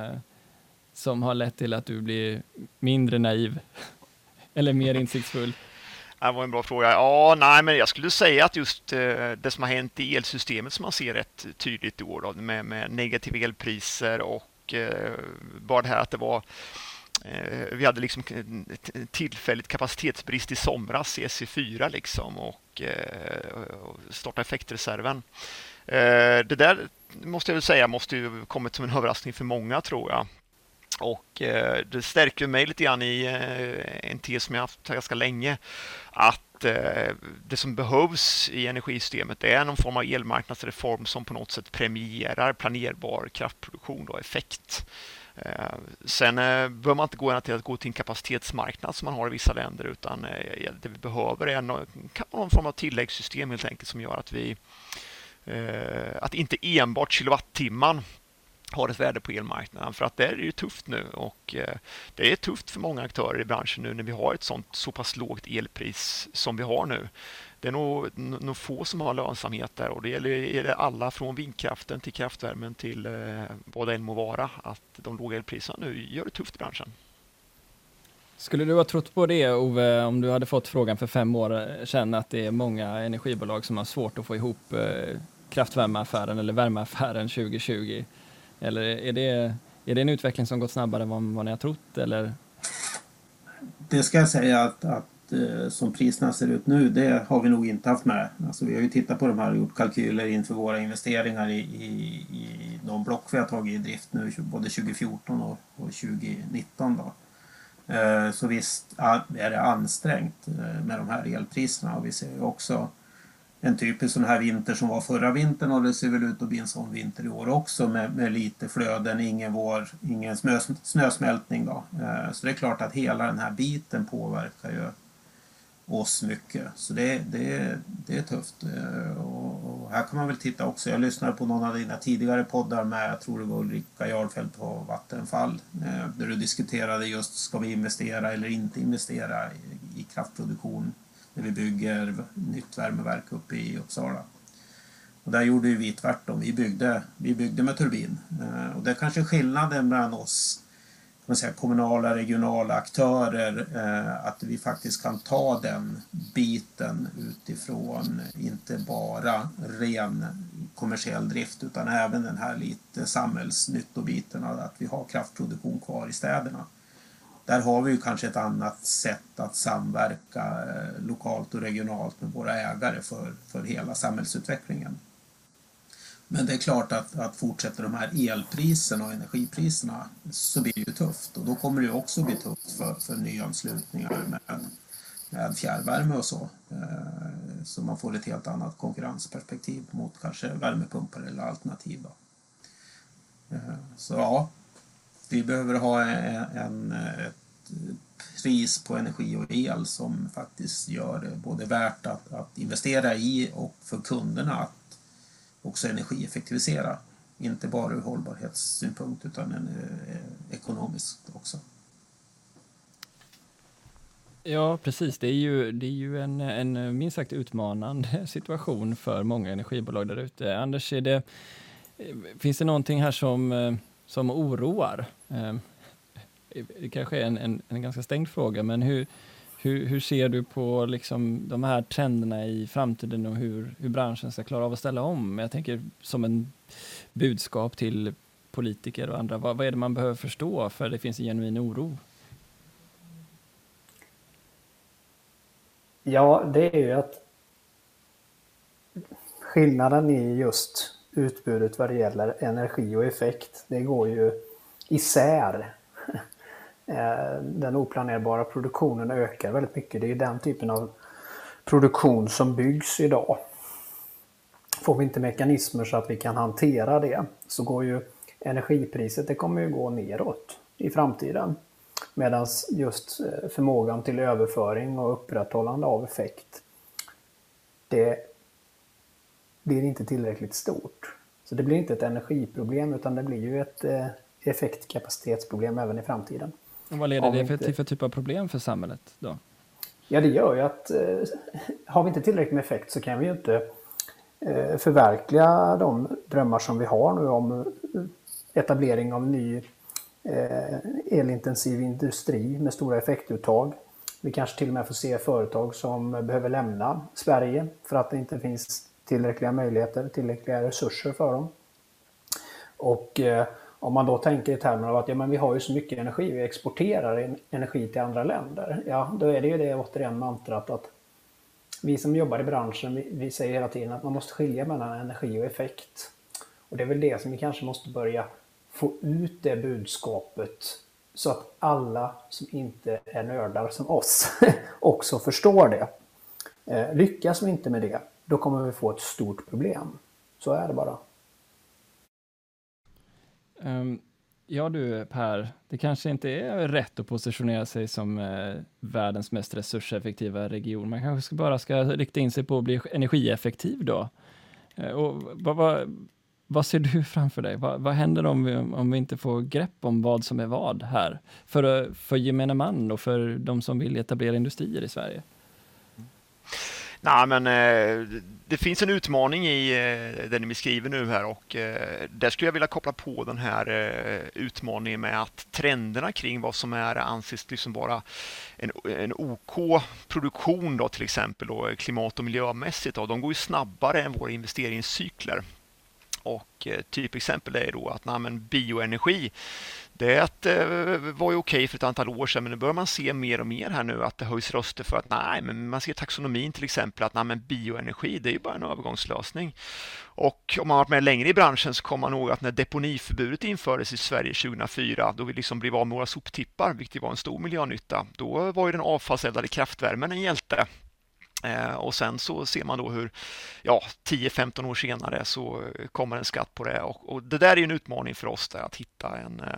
som har lett till att du blir mindre naiv eller mer insiktsfull? Det var en bra fråga. Ja, nej, men jag skulle säga att just det som har hänt i elsystemet som man ser rätt tydligt i år då, med negativa elpriser och bara det här att det var vi hade liksom tillfälligt kapacitetsbrist i somras i SE4 liksom och starta effektreserven. Det där måste jag väl säga måste ju kommit som en överraskning för många, tror jag. Och det stärker mig lite grann i en tes som jag haft ganska länge, att det som behövs i energisystemet är någon form av elmarknadsreform som på något sätt premierar planerbar kraftproduktion och effekt. Sen bör man inte gå till att gå till en kapacitetsmarknad som man har i vissa länder, utan det vi behöver är någon form av tilläggssystem helt enkelt som gör att vi att inte enbart kilowattimman har ett värde på elmarknaden, för att det är ju tufft nu och det är tufft för många aktörer i branschen nu när vi har ett så pass lågt elpris som vi har nu. Det är nog få som har lönsamhet där och det gäller alla från vindkraften till kraftvärmen till vad det än må vara, att de låga elpriserna nu gör det tufft i branschen. Skulle du ha trott på det, Ove, om du hade fått frågan för 5 år sedan, att det är många energibolag som har svårt att få ihop kraftvärmeaffären eller värmeaffären 2020? Eller är det en utveckling som gått snabbare än vad ni har trott? Eller? Det ska jag säga att som priserna ser ut nu, det har vi nog inte haft med. Alltså vi har ju tittat på de här och gjort kalkyler inför våra investeringar i de block vi har tagit i drift nu, både 2014 och 2019 då. Så visst är det ansträngt med de här elpriserna, och vi ser ju också en typisk sån här vinter som var förra vintern, och det ser väl ut att bli en sån vinter i år också med lite flöden, ingen vår, ingen snösmältning då. Så det är klart att hela den här biten påverkar ju oss mycket. Så det är tufft. Och här kan man väl titta också. Jag lyssnade på någon av dina tidigare poddar med, jag tror det var Ulrika Jarlfeldt på Vattenfall, där du diskuterade just, ska vi investera eller inte investera i kraftproduktion när vi bygger nytt värmeverk uppe i Uppsala. Och där gjorde vi tvärtom. Vi byggde med turbin. Och det är kanske skillnaden mellan oss, kan man säga, kommunala, regionala aktörer, att vi faktiskt kan ta den biten utifrån inte bara ren kommersiell drift utan även den här lite samhällsnyttobiten, att vi har kraftproduktion kvar i städerna. Där har vi ju kanske ett annat sätt att samverka lokalt och regionalt med våra ägare för hela samhällsutvecklingen. Men det är klart att fortsätter de här elpriserna och energipriserna så blir det ju tufft. Och då kommer det ju också bli tufft för nyanslutningar med fjärrvärme och så. Så man får ett helt annat konkurrensperspektiv mot kanske värmepumpar eller alternativ då. Så ja, vi behöver ha ett pris på energi och el som faktiskt gör det både värt att investera i och för kunderna att också energieffektivisera. Inte bara ur hållbarhetssynpunkt utan ekonomiskt också. Ja, precis. Det är ju en minst sagt utmanande situation för många energibolag där ute. Anders, finns det någonting här som oroar? Det kanske är en ganska stängd fråga, men Hur ser du på liksom de här trenderna i framtiden och hur branschen ska klara av att ställa om? Jag tänker som en budskap till politiker och andra. Vad är det man behöver förstå för det finns en genuin oro? Ja, det är ju att skillnaden i just utbudet vad det gäller energi och effekt, det går ju isär. Den oplanerbara produktionen ökar väldigt mycket. Det är den typen av produktion som byggs idag. Får vi inte mekanismer så att vi kan hantera det, så går ju energipriset, det kommer ju gå neråt i framtiden. Medan just förmågan till överföring och upprätthållande av effekt, det blir inte tillräckligt stort. Så det blir inte ett energiproblem, utan det blir ju ett effektkapacitetsproblem även i framtiden. Och vad leder det för typ av problem för samhället då? Ja, det gör ju att har vi inte tillräckligt med effekt så kan vi ju inte förverkliga de drömmar som vi har nu om etablering av ny elintensiv industri med stora effektuttag. Vi kanske till och med får se företag som behöver lämna Sverige för att det inte finns tillräckliga möjligheter, tillräckliga resurser för dem. Och om man då tänker i termer av att men vi har ju så mycket energi, vi exporterar energi till andra länder. Ja, då är det ju det återigen mantrat att vi som jobbar i branschen, vi säger hela tiden att man måste skilja mellan energi och effekt. Och det är väl det som vi kanske måste börja få ut det budskapet så att alla som inte är nördar som oss också förstår det. Lyckas vi inte med det, då kommer vi få ett stort problem. Så är det bara. Ja du Per, det kanske inte är rätt att positionera sig som världens mest resurseffektiva region. Man kanske bara ska rikta in sig på att bli energieffektiv då. Och vad ser du framför dig? Vad händer om vi inte får grepp om vad som är vad här? För gemene man och för de som vill etablera industrier i Sverige? Nej, men det finns en utmaning i det ni beskriver nu här och där skulle jag vilja koppla på den här utmaningen med att trenderna kring vad som anses liksom vara en OK produktion då till exempel då, klimat- och miljömässigt då, de går ju snabbare än våra investeringscykler. Och typexempel är då att bioenergi, det var ju okej för ett antal år sedan, men nu börjar man se mer och mer här nu att det höjs röster för att men man ser taxonomin till exempel att bioenergi, det är ju bara en övergångslösning. Och om man har varit med längre i branschen så kommer man ihåg att när deponiförbudet infördes i Sverige 2004, då vi liksom blev av med våra soptippar, vilket var en stor miljönytta, då var ju den avfallseldade kraftvärmen en hjälte. Och sen så ser man då hur 10-15 år senare så kommer en skatt på det och det där är ju en utmaning för oss där, att hitta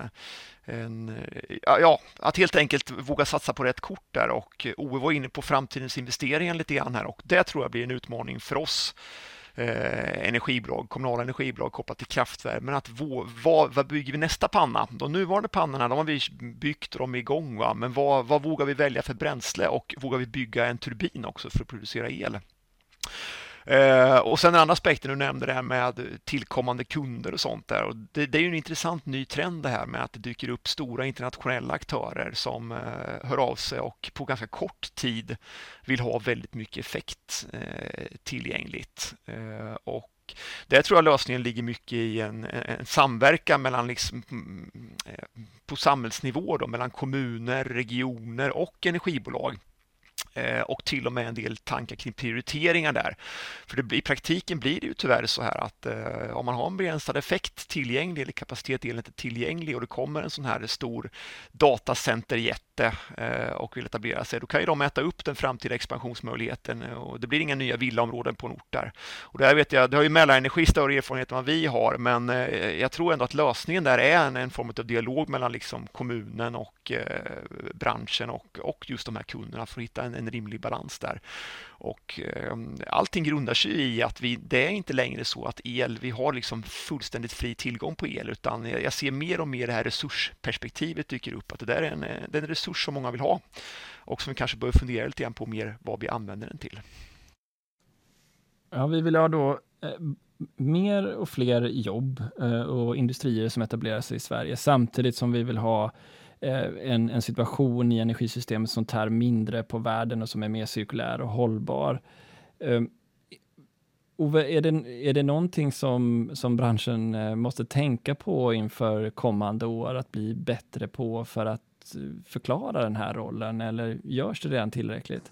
att helt enkelt våga satsa på rätt kort där, och Ove var inne på framtidens investeringar lite grann här och det tror jag blir en utmaning för oss energibolag, kommunala energibolag kopplat till kraftvärmen, att vad bygger vi nästa panna? De nuvarande pannorna, de har vi byggt och de är igång, va? Men vad vågar vi välja för bränsle och vågar vi bygga en turbin också för att producera el? Och sen den andra aspekten du nämnde, det här med tillkommande kunder och sånt där, och det är ju en intressant ny trend det här med att det dyker upp stora internationella aktörer som hör av sig och på ganska kort tid vill ha väldigt mycket effekt tillgängligt. Och där tror jag lösningen ligger mycket i en samverkan mellan på samhällsnivå då, mellan kommuner, regioner och energibolag. Och till och med en del tankar kring prioriteringar där. För i praktiken blir det ju tyvärr så här att om man har en begränsad effekt tillgänglig eller kapacitet inte tillgänglig och det kommer en sån här stor datacenterjätte och vill etablera sig, då kan ju de äta upp den framtida expansionsmöjligheten och det blir inga nya villaområden på en ort där. Och där vet jag, det har ju Mälarenergi större erfarenhet än vad vi har, men jag tror ändå att lösningen där är en form av dialog mellan liksom kommunen och branschen och just de här kunderna för att hitta en rimlig balans där. Och allting grundar sig i att det är inte längre så att vi har liksom fullständigt fri tillgång på el, utan jag ser mer och mer det här resursperspektivet dyker upp, att det där är en resurs som många vill ha och som vi kanske bör fundera lite grann på mer vad vi använder den till. Ja, vi vill ha då mer och fler jobb och industrier som etablerar sig i Sverige, samtidigt som vi vill ha en situation i energisystemet som tar mindre på världen och som är mer cirkulär och hållbar. Ove, är det någonting som branschen måste tänka på inför kommande år att bli bättre på för att förklara den här rollen, eller görs det redan tillräckligt?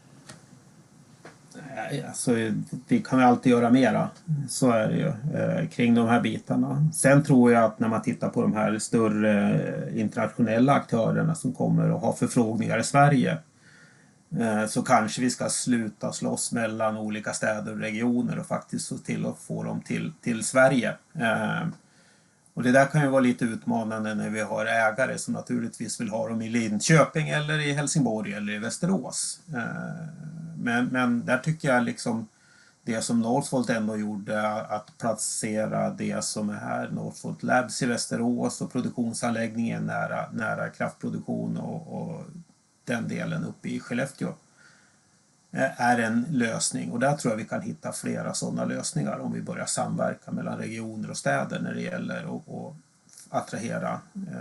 Alltså, vi kan ju alltid göra mera, så är det ju, kring de här bitarna. Sen tror jag att när man tittar på de här större internationella aktörerna som kommer och har förfrågningar i Sverige, så kanske vi ska sluta slåss mellan olika städer och regioner och faktiskt se till att få dem till Sverige. Och det där kan ju vara lite utmanande när vi har ägare som naturligtvis vill ha dem i Linköping eller i Helsingborg eller i Västerås. Men där tycker jag liksom det som Northvolt ändå gjorde, att placera det som är Northvolt Labs i Västerås och produktionsanläggningen nära kraftproduktion och den delen uppe i Skellefteå, är en lösning. Och där tror jag vi kan hitta flera sådana lösningar om vi börjar samverka mellan regioner och städer när det gäller att attrahera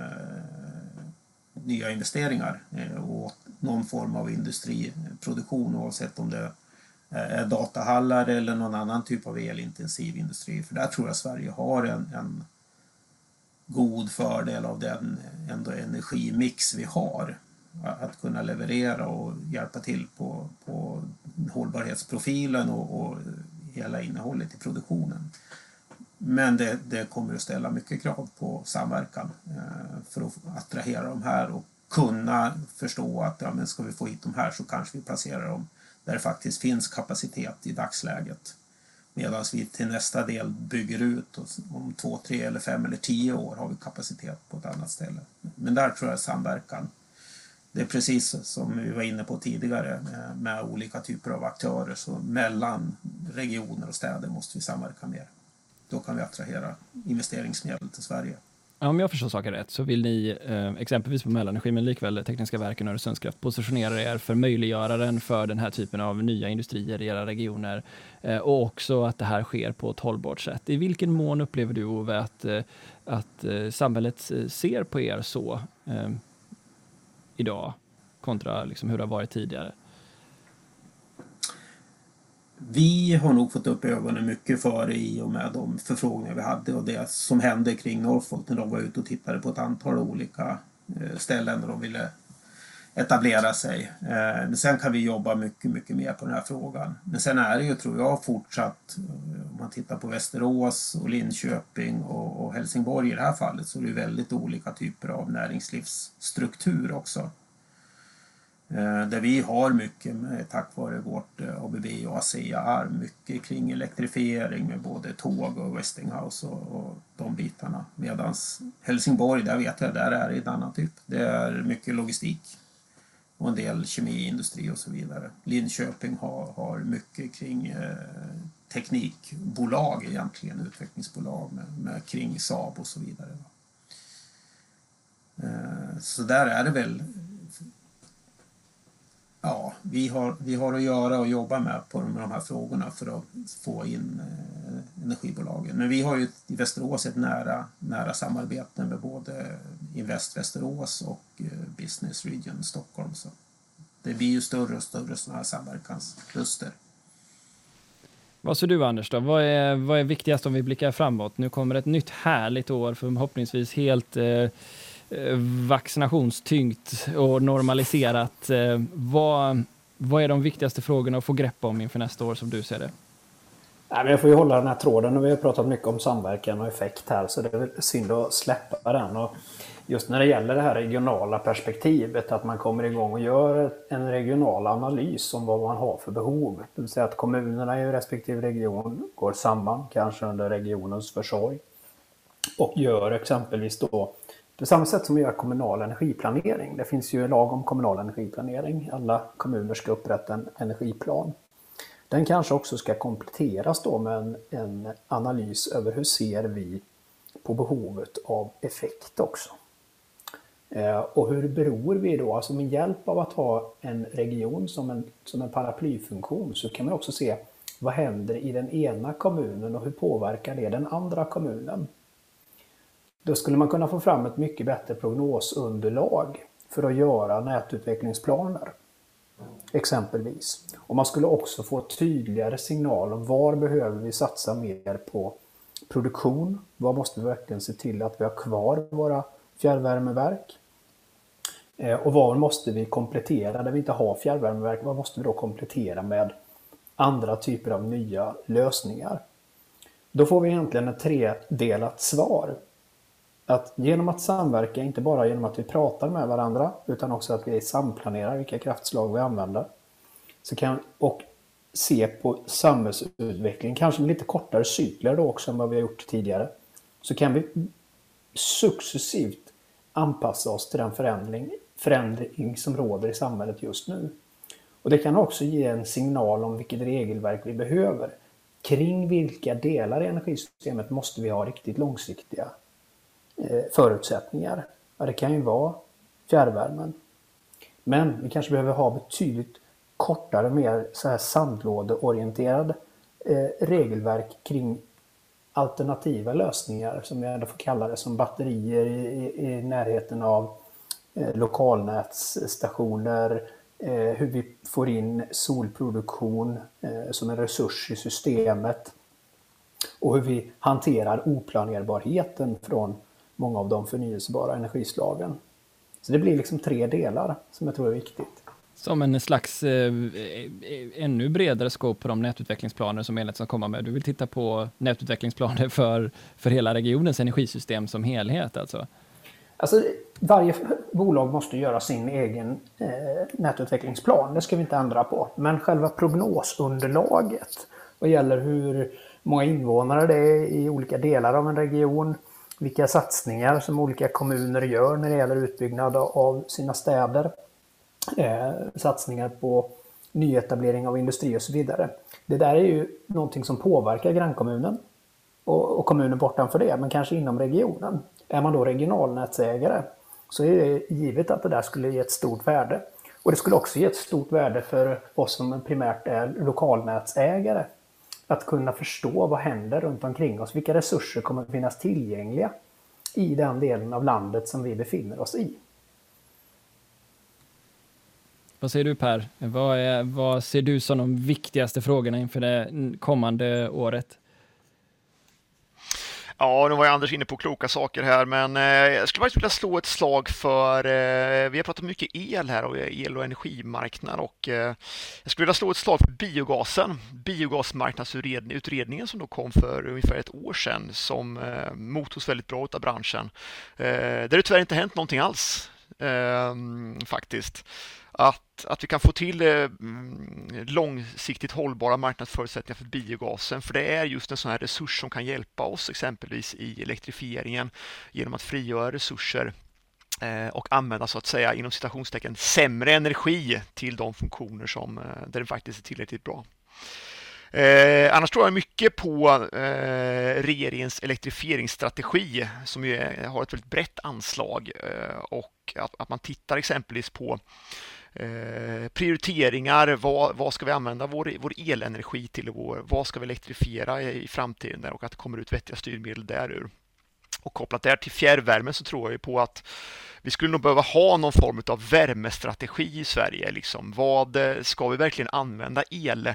nya investeringar och någon form av industriproduktion, oavsett om det är datahallar eller någon annan typ av elintensiv industri. För där tror jag Sverige har en god fördel av den ändå energimix vi har. Att kunna leverera och hjälpa till på hållbarhetsprofilen och hela innehållet i produktionen. Men det kommer att ställa mycket krav på samverkan för att attrahera de här och kunna förstå att men ska vi få hit de här så kanske vi placerar dem där det faktiskt finns kapacitet i dagsläget. Medan vi till nästa del bygger ut och om 2, 3 eller 5 eller 10 år har vi kapacitet på ett annat ställe. Men där tror jag samverkan. Det är precis som vi var inne på tidigare med olika typer av aktörer, så mellan regioner och städer måste vi samverka mer. Då kan vi attrahera investeringsmedel till Sverige. Ja, om jag förstår saker rätt så vill ni exempelvis på Mellanenergi, men likväl Tekniska verken och Öresundskraft positionera er för möjliggöraren för den här typen av nya industrier i era regioner, och också att det här sker på ett hållbart sätt. I vilken mån upplever du, Ove, att samhället ser på er så idag kontra liksom hur det har varit tidigare? Vi har nog fått upp ögonen mycket före i och med de förfrågningar vi hade och det som hände kring Northvolt när de var ute och tittade på ett antal olika ställen där de ville etablera sig. Men sen kan vi jobba mycket, mycket mer på den här frågan. Men sen är det ju, tror jag, fortsatt, om man tittar på Västerås och Linköping och Helsingborg i det här fallet, så är det väldigt olika typer av näringslivsstruktur också. Där vi har mycket tack vare vårt ABB och ASEA-arm, mycket kring elektrifiering med både tåg och Westinghouse och de bitarna. Medan Helsingborg, där vet jag, där är det en annan typ. Det är mycket logistik och en del kemiindustri och så vidare. Linköping har mycket kring teknikbolag egentligen, utvecklingsbolag med kring Saab och så vidare. Så där är det väl. Ja, vi har att göra och jobba med på de här frågorna för att få in energibolagen. Men vi har ju i Västerås ett nära samarbete med både Invest Västerås och Business Region Stockholm. Så det blir ju större och större sådana här samverkanskluster. Vad säger du, Anders då? Vad är viktigast om vi blickar framåt? Nu kommer ett nytt härligt år, förhoppningsvis helt vaccinationstyngt och normaliserat. Vad är de viktigaste frågorna att få grepp om inför nästa år som du ser det? Nej, men jag får ju hålla den här tråden, och vi har pratat mycket om samverkan och effekt här, så det är väl synd att släppa den. Och just när det gäller det här regionala perspektivet, att man kommer igång och gör en regional analys om vad man har för behov. Det vill säga att kommunerna i respektive region går samman, kanske under regionens försorg, och gör exempelvis då på samma sätt som vi gör kommunal energiplanering. Det finns ju en lag om kommunal energiplanering. Alla kommuner ska upprätta en energiplan. Den kanske också ska kompletteras då med en analys över hur ser vi på behovet av effekt också. Och hur beror vi då, alltså med hjälp av att ha en region som en paraplyfunktion, så kan man också se vad händer i den ena kommunen och hur påverkar det den andra kommunen. Då skulle man kunna få fram ett mycket bättre prognosunderlag för att göra nätutvecklingsplaner. Exempelvis. Och man skulle också få tydligare signal om var behöver vi satsa mer på produktion. Var måste vi verkligen se till att vi har kvar våra fjärrvärmeverk. Och var måste vi komplettera där vi inte har fjärrvärmeverk. Vad måste vi då komplettera med andra typer av nya lösningar. Då får vi egentligen ett tredelat svar. Att genom att samverka, inte bara genom att vi pratar med varandra utan också att vi samplanerar vilka kraftslag vi använder. Och se på samhällsutveckling, kanske med lite kortare cykler då också än vad vi har gjort tidigare. Så kan vi successivt anpassa oss till den förändring som råder i samhället just nu. Och det kan också ge en signal om vilket regelverk vi behöver. Kring vilka delar i energisystemet måste vi ha riktigt långsiktiga förutsättningar. Ja, det kan ju vara fjärrvärmen. Men vi kanske behöver ha betydligt kortare, mer så här sandlådeorienterad regelverk kring alternativa lösningar som jag ändå får kalla det, som batterier i närheten av lokalnätsstationer, hur vi får in solproduktion som en resurs i systemet och hur vi hanterar oplanerbarheten från många av de förnyelsebara energislagen. Så det blir liksom 3 delar som jag tror är viktigt. Som en slags ännu bredare skåp på de nätutvecklingsplaner som Elnät som kommer med. Du vill titta på nätutvecklingsplaner för hela regionens energisystem som helhet alltså? Alltså varje bolag måste göra sin egen nätutvecklingsplan. Det ska vi inte ändra på. Men själva prognosunderlaget vad gäller hur många invånare det är i olika delar av en region, vilka satsningar som olika kommuner gör när det gäller utbyggnad av sina städer, satsningar på nyetablering av industri och så vidare. Det där är ju någonting som påverkar grannkommunen och kommunen bortanför det, men kanske inom regionen. Är man då regionalnätsägare så är det givet att det där skulle ge ett stort värde. Och det skulle också ge ett stort värde för oss som primärt är lokalnätsägare. Att kunna förstå vad händer runt omkring oss. Vilka resurser kommer att finnas tillgängliga i den delen av landet som vi befinner oss i. Vad säger du Per? Vad ser du som de viktigaste frågorna inför det kommande året? Ja, nu var jag Anders inne på kloka saker här, men jag skulle faktiskt vilja slå ett slag för, vi har pratat mycket el här och el- och energimarknad och jag skulle vilja slå ett slag för biogasen. Biogasmarknadsutredningen som då kom för ungefär ett år sedan som mottogs väldigt bra av branschen. Där det tyvärr inte hänt någonting alls faktiskt. Att vi kan få till långsiktigt hållbara marknadsförutsättningar för biogasen, för det är just en sån här resurs som kan hjälpa oss exempelvis i elektrifieringen genom att frigöra resurser och använda så att säga inom citationstecken sämre energi till de funktioner som där den faktiskt är tillräckligt bra. Annars tror jag mycket på regeringens elektrifieringsstrategi som ju har ett väldigt brett anslag och att man tittar exempelvis på prioriteringar, vad ska vi använda vår elenergi till och vad ska vi elektrifiera i framtiden där, och att det kommer ut vettiga styrmedel därur. Och kopplat där till fjärrvärme så tror jag på att vi skulle nog behöva ha någon form av värmestrategi i Sverige. Liksom. Vad ska vi verkligen använda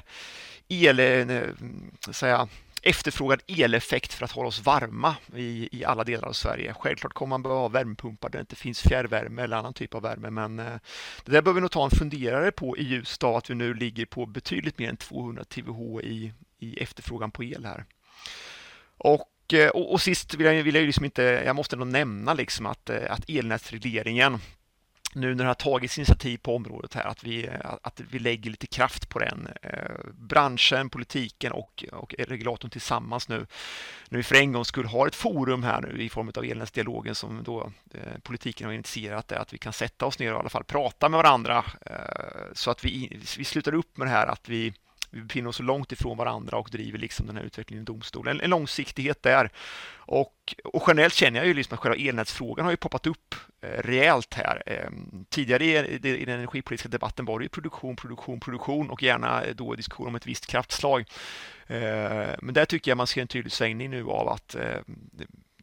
efterfrågad eleffekt för att hålla oss varma i alla delar av Sverige. Självklart kommer man behöva ha värmepumpar där det inte finns fjärrvärme eller annan typ av värme, men det där behöver vi nog ta en funderare på i ljuset av att vi nu ligger på betydligt mer än 200 TWh i efterfrågan på el här. Och sist vill jag liksom inte, jag måste nog nämna liksom att elnätsregleringen nu när det har tagits initiativ på området här, att vi lägger lite kraft på den. Branschen, politiken och regulatorn tillsammans nu. När vi för en gång skulle ha ett forum här nu i form av elnätsdialogen som då politiken har initierat, att vi kan sätta oss ner och i alla fall prata med varandra så att vi slutar upp med det här att vi befinner oss så långt ifrån varandra och driver liksom den här utvecklingen i domstolen. En långsiktighet där. Och generellt känner jag ju liksom att själva elnätsfrågan har ju poppat upp rejält här. Tidigare i den energipolitiska debatten var det ju produktion och gärna då diskussion om ett visst kraftslag. Men där tycker jag man ser en tydlig svängning nu av att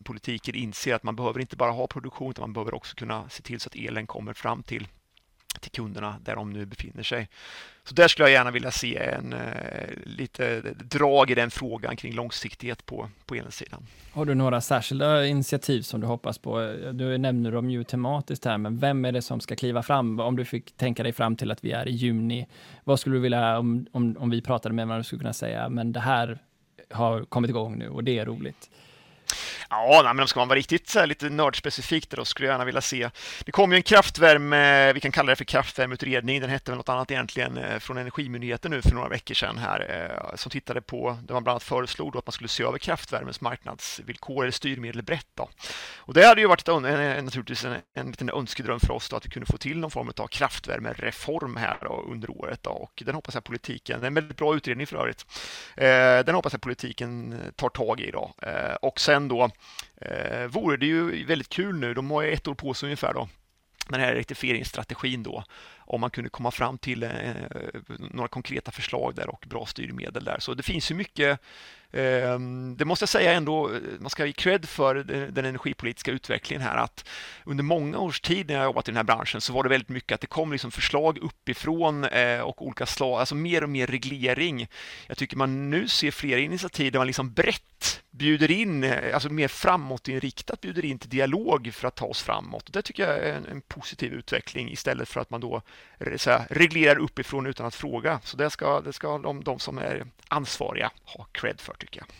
politiker inser att man behöver inte bara ha produktion, utan man behöver också kunna se till så att elen kommer fram till kunderna där de nu befinner sig. Så där skulle jag gärna vilja se en lite drag i den frågan kring långsiktighet på elsidan. Har du några särskilda initiativ som du hoppas på? Du nämner dem ju tematiskt här, men vem är det som ska kliva fram? Om du fick tänka dig fram till att vi är i juni, vad skulle du vilja, om vi pratade med varandra, skulle kunna säga, men det här har kommit igång nu och det är roligt? Ja, men om ska man vara riktigt så här, lite nördspecifikt då skulle jag gärna vilja se. Det kom ju en kraftvärme, vi kan kalla det för kraftvärmeutredning, den hette väl något annat egentligen från Energimyndigheten nu för några veckor sedan här, som tittade på, där man bland annat föreslog då att man skulle se över kraftvärmens marknadsvillkor eller styrmedel brett då. Och det hade ju varit naturligtvis en liten önskedröm för oss då, att vi kunde få till någon form av kraftvärmereform här då, under året då. Och den hoppas jag politiken, det är en väldigt bra utredning för övrigt, den hoppas jag politiken tar tag i då. Och sen då vore det ju väldigt kul nu, de har ju 1 år på sig ungefär då, den här elektrifieringsstrategin då, om man kunde komma fram till några konkreta förslag där och bra styrmedel där. Så det finns ju mycket, det måste jag säga ändå, man ska ge cred för den energipolitiska utvecklingen här, att under många års tid när jag jobbat i den här branschen så var det väldigt mycket att det kom liksom förslag uppifrån och olika slag, alltså mer och mer reglering. Jag tycker man nu ser fler initiativ där man liksom brett bjuder in, alltså mer framåtinriktat bjuder in till dialog för att ta oss framåt. Och det tycker jag är en positiv utveckling, istället för att man då så här, reglerar uppifrån utan att fråga. Så det ska de som är ansvariga ha cred för, tycker jag.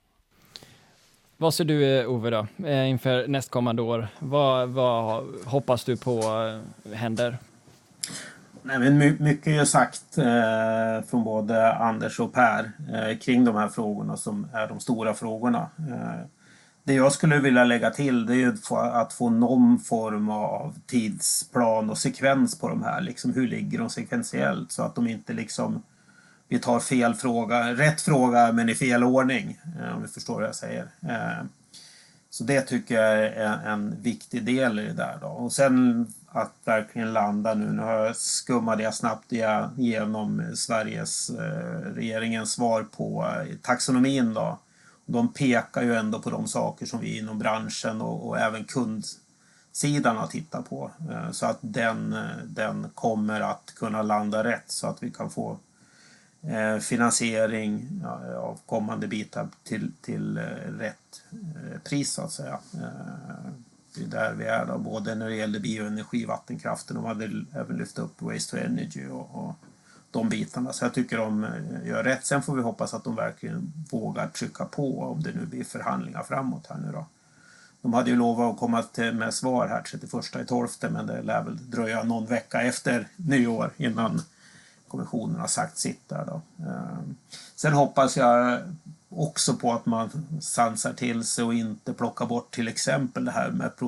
Vad ser du, Ove, då, inför nästkommande år? Vad hoppas du på händer? Nej, men mycket är sagt från både Anders och Per kring de här frågorna som är de stora frågorna. Det jag skulle vilja lägga till, det är ju att få någon form av tidsplan och sekvens på de här. Liksom, hur ligger de sekventiellt, så att de inte liksom, vi tar fel fråga, rätt fråga men i fel ordning, om du förstår vad jag säger. Så det tycker jag är en viktig del i det där då. Och sen att verkligen landa nu skummade jag snabbt igenom Sveriges regeringens svar på taxonomin då. De pekar ju ändå på de saker som vi inom branschen och även kundsidan har tittat på. Så att den kommer att kunna landa rätt, så att vi kan få finansiering av kommande bitar till rätt pris, så att säga. Det är där vi är då, både när det gäller bioenergi, vattenkraften, de hade även lyft upp waste to energy och de bitarna. Så jag tycker de gör rätt. Sen får vi hoppas att de verkligen vågar trycka på, om det nu blir förhandlingar framåt här nu då. De hade ju lovat att komma med svar här 31/12, men det lär väl dröja någon vecka efter nyår innan kommissionen har sagt sitt där då. Sen hoppas jag också på att man sansar till sig och inte plockar bort till exempel det här med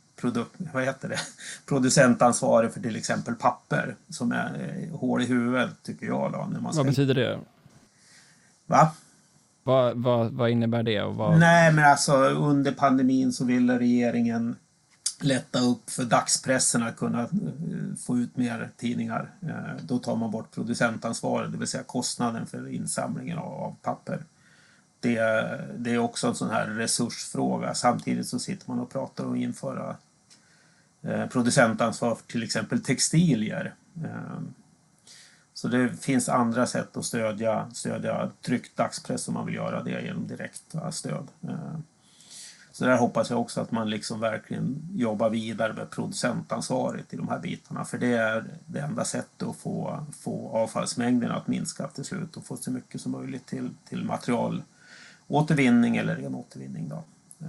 producentansvar för till exempel papper, som är hål i huvudet, tycker jag då, när man ska... Vad betyder det? Va? Vad innebär det? Nej, men alltså under pandemin så ville regeringen lätta upp för dagspressen att kunna få ut mer tidningar. Då tar man bort producentansvaret, det vill säga kostnaden för insamlingen av papper. Det är också en sån här resursfråga. Samtidigt så sitter man och pratar om att införa producentansvar för till exempel textilier. Så det finns andra sätt att stödja tryckt dagspress om man vill göra det genom direkta stöd. Så där hoppas jag också att man liksom verkligen jobbar vidare med producentansvaret i de här bitarna. För det är det enda sättet att få avfallsmängden att minska till slut och få så mycket som möjligt till materialåtervinning eller ren återvinning då.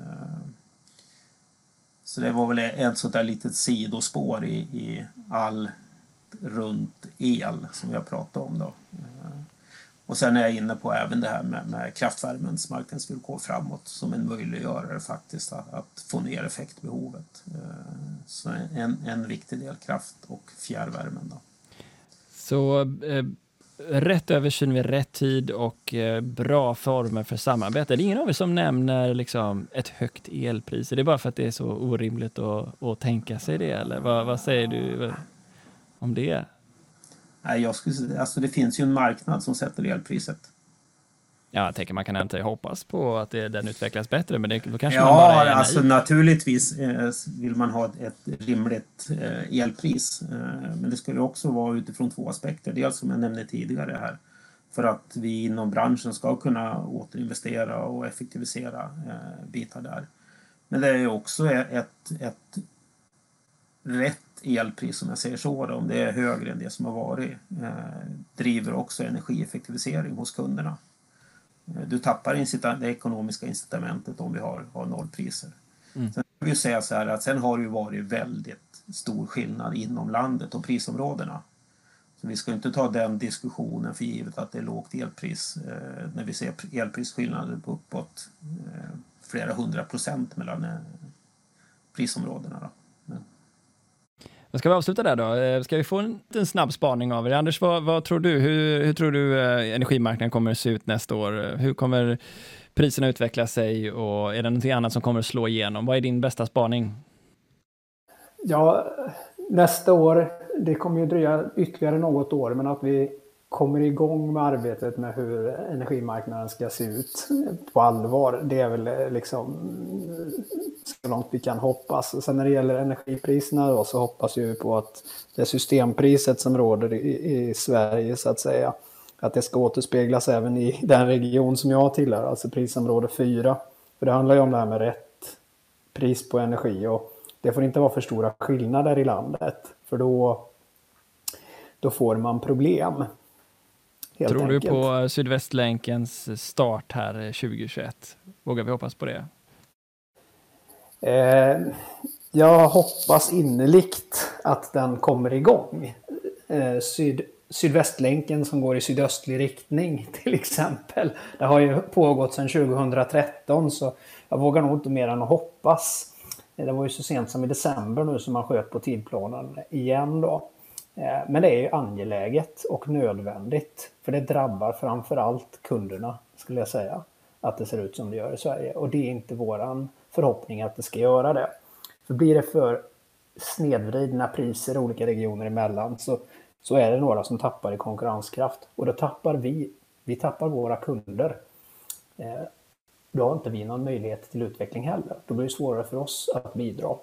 Så det var väl ett sånt där litet sidospår i all runt el som jag pratade om då. Och sen är jag inne på även det här med kraftvärmens marknadsvillkor framåt som en möjliggörare faktiskt att få ner effektbehovet. Så en viktig del kraft och fjärrvärmen då. Så rätt översyn vid rätt tid och bra former för samarbete. Det är ingen av er som nämner liksom ett högt elpris. Är det bara för att det är så orimligt att tänka sig det? Eller vad säger du om det? Nej, alltså det finns ju en marknad som sätter elpriset. Ja, jag tänker man kan inte hoppas på att den utvecklas bättre, men då kanske man bara är alltså naturligtvis vill man ha ett rimligt elpris. Men det skulle också vara utifrån 2 aspekter. Dels som jag nämnde tidigare här, för att vi inom branschen ska kunna återinvestera och effektivisera bitar där. Men det är också ett rätt elpris, som jag säger så, om det är högre än det som har varit, driver också energieffektivisering hos kunderna. Du tappar det ekonomiska incitamentet om vi har nollpriser. Sen kan vi ju säga så här att sen har det ju varit väldigt stor skillnad inom landet och prisområdena. Så vi ska inte ta den diskussionen för givet att det är lågt elpris när vi ser elprisskillnader på uppåt flera 100% mellan prisområdena då. Men ska vi avsluta där då? Ska vi få en snabb spaning av er? Anders, vad tror du? Hur tror du energimarknaden kommer att se ut nästa år? Hur kommer priserna utveckla sig och är det någonting annat som kommer att slå igenom? Vad är din bästa spaning? Ja, nästa år, det kommer ju dröja ytterligare något år, men att vi kommer igång med arbetet med hur energimarknaden ska se ut på allvar, det är väl liksom så långt vi kan hoppas. Och sen när det gäller energipriserna då, så hoppas vi på att det systempriset som råder i Sverige så att säga, att det ska återspeglas även i den region som jag tillhör, alltså prisområde 4. För det handlar ju om det här med rätt pris på energi, och det får inte vara för stora skillnader i landet, för då får man problem. Tror du på Sydvästlänkens start här 2021? Vågar vi hoppas på det? Jag hoppas innerligt att den kommer igång. Sydvästlänken som går i sydöstlig riktning till exempel. Det har ju pågått sedan 2013, så jag vågar nog inte mer än att hoppas. Det var ju så sent som i december nu som man sköt på tidplanen igen då. Men det är ju angeläget och nödvändigt, för det drabbar framförallt kunderna, skulle jag säga, att det ser ut som det gör i Sverige. Och det är inte våran förhoppning att det ska göra det. För blir det för snedvridna priser olika regioner emellan, så är det några som tappar i konkurrenskraft. Och då tappar vi tappar våra kunder. Då har inte vi någon möjlighet till utveckling heller. Då blir det svårare för oss att bidra.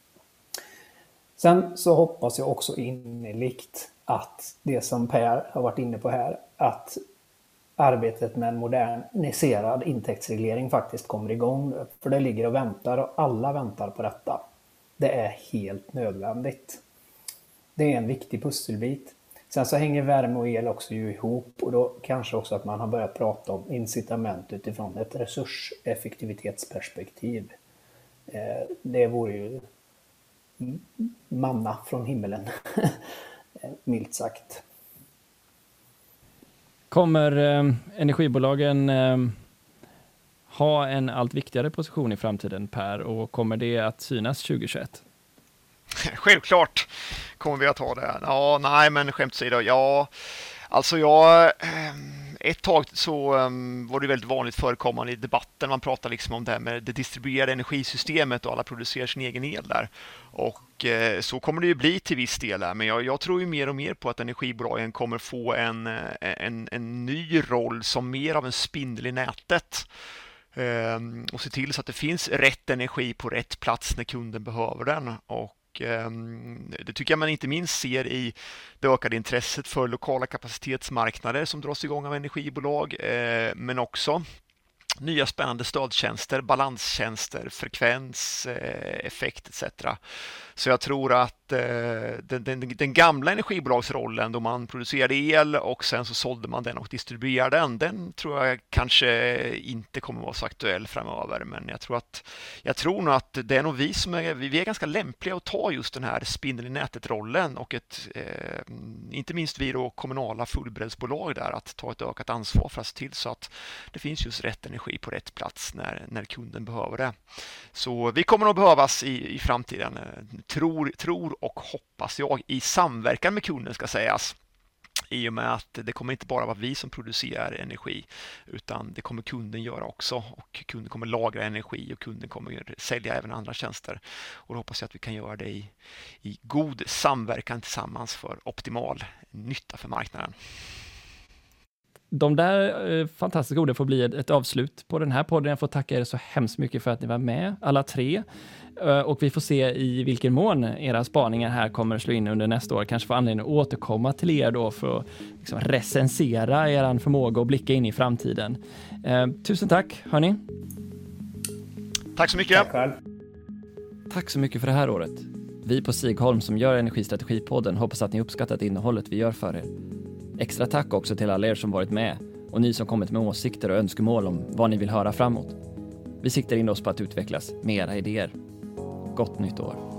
Sen så hoppas jag också innerligt att det som Per har varit inne på här, att arbetet med en moderniserad intäktsreglering faktiskt kommer igång nu. För det ligger och väntar, och alla väntar på detta. Det är helt nödvändigt. Det är en viktig pusselbit. Sen så hänger värme och el också ju ihop, och då kanske också att man har börjat prata om incitament utifrån ett resurseffektivitetsperspektiv. Det vore ju manna från himmelen, milt sagt. Kommer energibolagen ha en allt viktigare position i framtiden, Per, och kommer det att synas 2021? Självklart kommer vi att ha det. Ja, nej, men skämt åsido. Ja, alltså ett tag så var det väldigt vanligt förekommande i debatten. Man pratar liksom om det här med det distribuerade energisystemet och alla producerar sin egen el där. Och så kommer det ju bli till viss del här. Men jag tror ju mer och mer på att energibolagen kommer få en ny roll som mer av en spindel i nätet. Och se till så att det finns rätt energi på rätt plats när kunden behöver den. Och det tycker jag man inte minst ser i det ökade intresset för lokala kapacitetsmarknader som dras igång av energibolag, men också nya spännande stödtjänster, balanstjänster, frekvens, effekt etc. Så jag tror att den gamla energibolagsrollen då man producerade el och sen så sålde man den och distribuerade den tror jag kanske inte kommer vara så aktuell framöver. Men jag tror nog att det är nog vi som vi är ganska lämpliga att ta just den här spindeln i nätet-rollen och inte minst vi då kommunala fullbreddsbolag där att ta ett ökat ansvar för att se till så att det finns just rätt energi på rätt plats när kunden behöver det. Så vi kommer nog behövas i framtiden. Tror och hoppas jag i samverkan med kunden ska sägas. I och med att det kommer inte bara vara vi som producerar energi utan det kommer kunden göra också och kunden kommer lagra energi och kunden kommer sälja även andra tjänster. Och då hoppas jag att vi kan göra det i god samverkan tillsammans för optimal nytta för marknaden. de där fantastiska orden får bli ett avslut på den här podden. Jag får tacka er så hemskt mycket för att ni var med, alla tre. Och vi får se i vilken mån era spaningar här kommer att slå in under nästa år. Kanske få anledning att återkomma till er då för att liksom recensera er förmåga och blicka in i framtiden. Tusen tack, hörni. Tack så mycket. Tack själv. Tack så mycket för det här året. Vi på Sigholm som gör Energistrategipodden hoppas att ni uppskattat innehållet vi gör för er. Extra tack också till alla er som varit med och ni som kommit med åsikter och önskemål om vad ni vill höra framåt. Vi siktar in oss på att utvecklas med era idéer. Gott nytt år!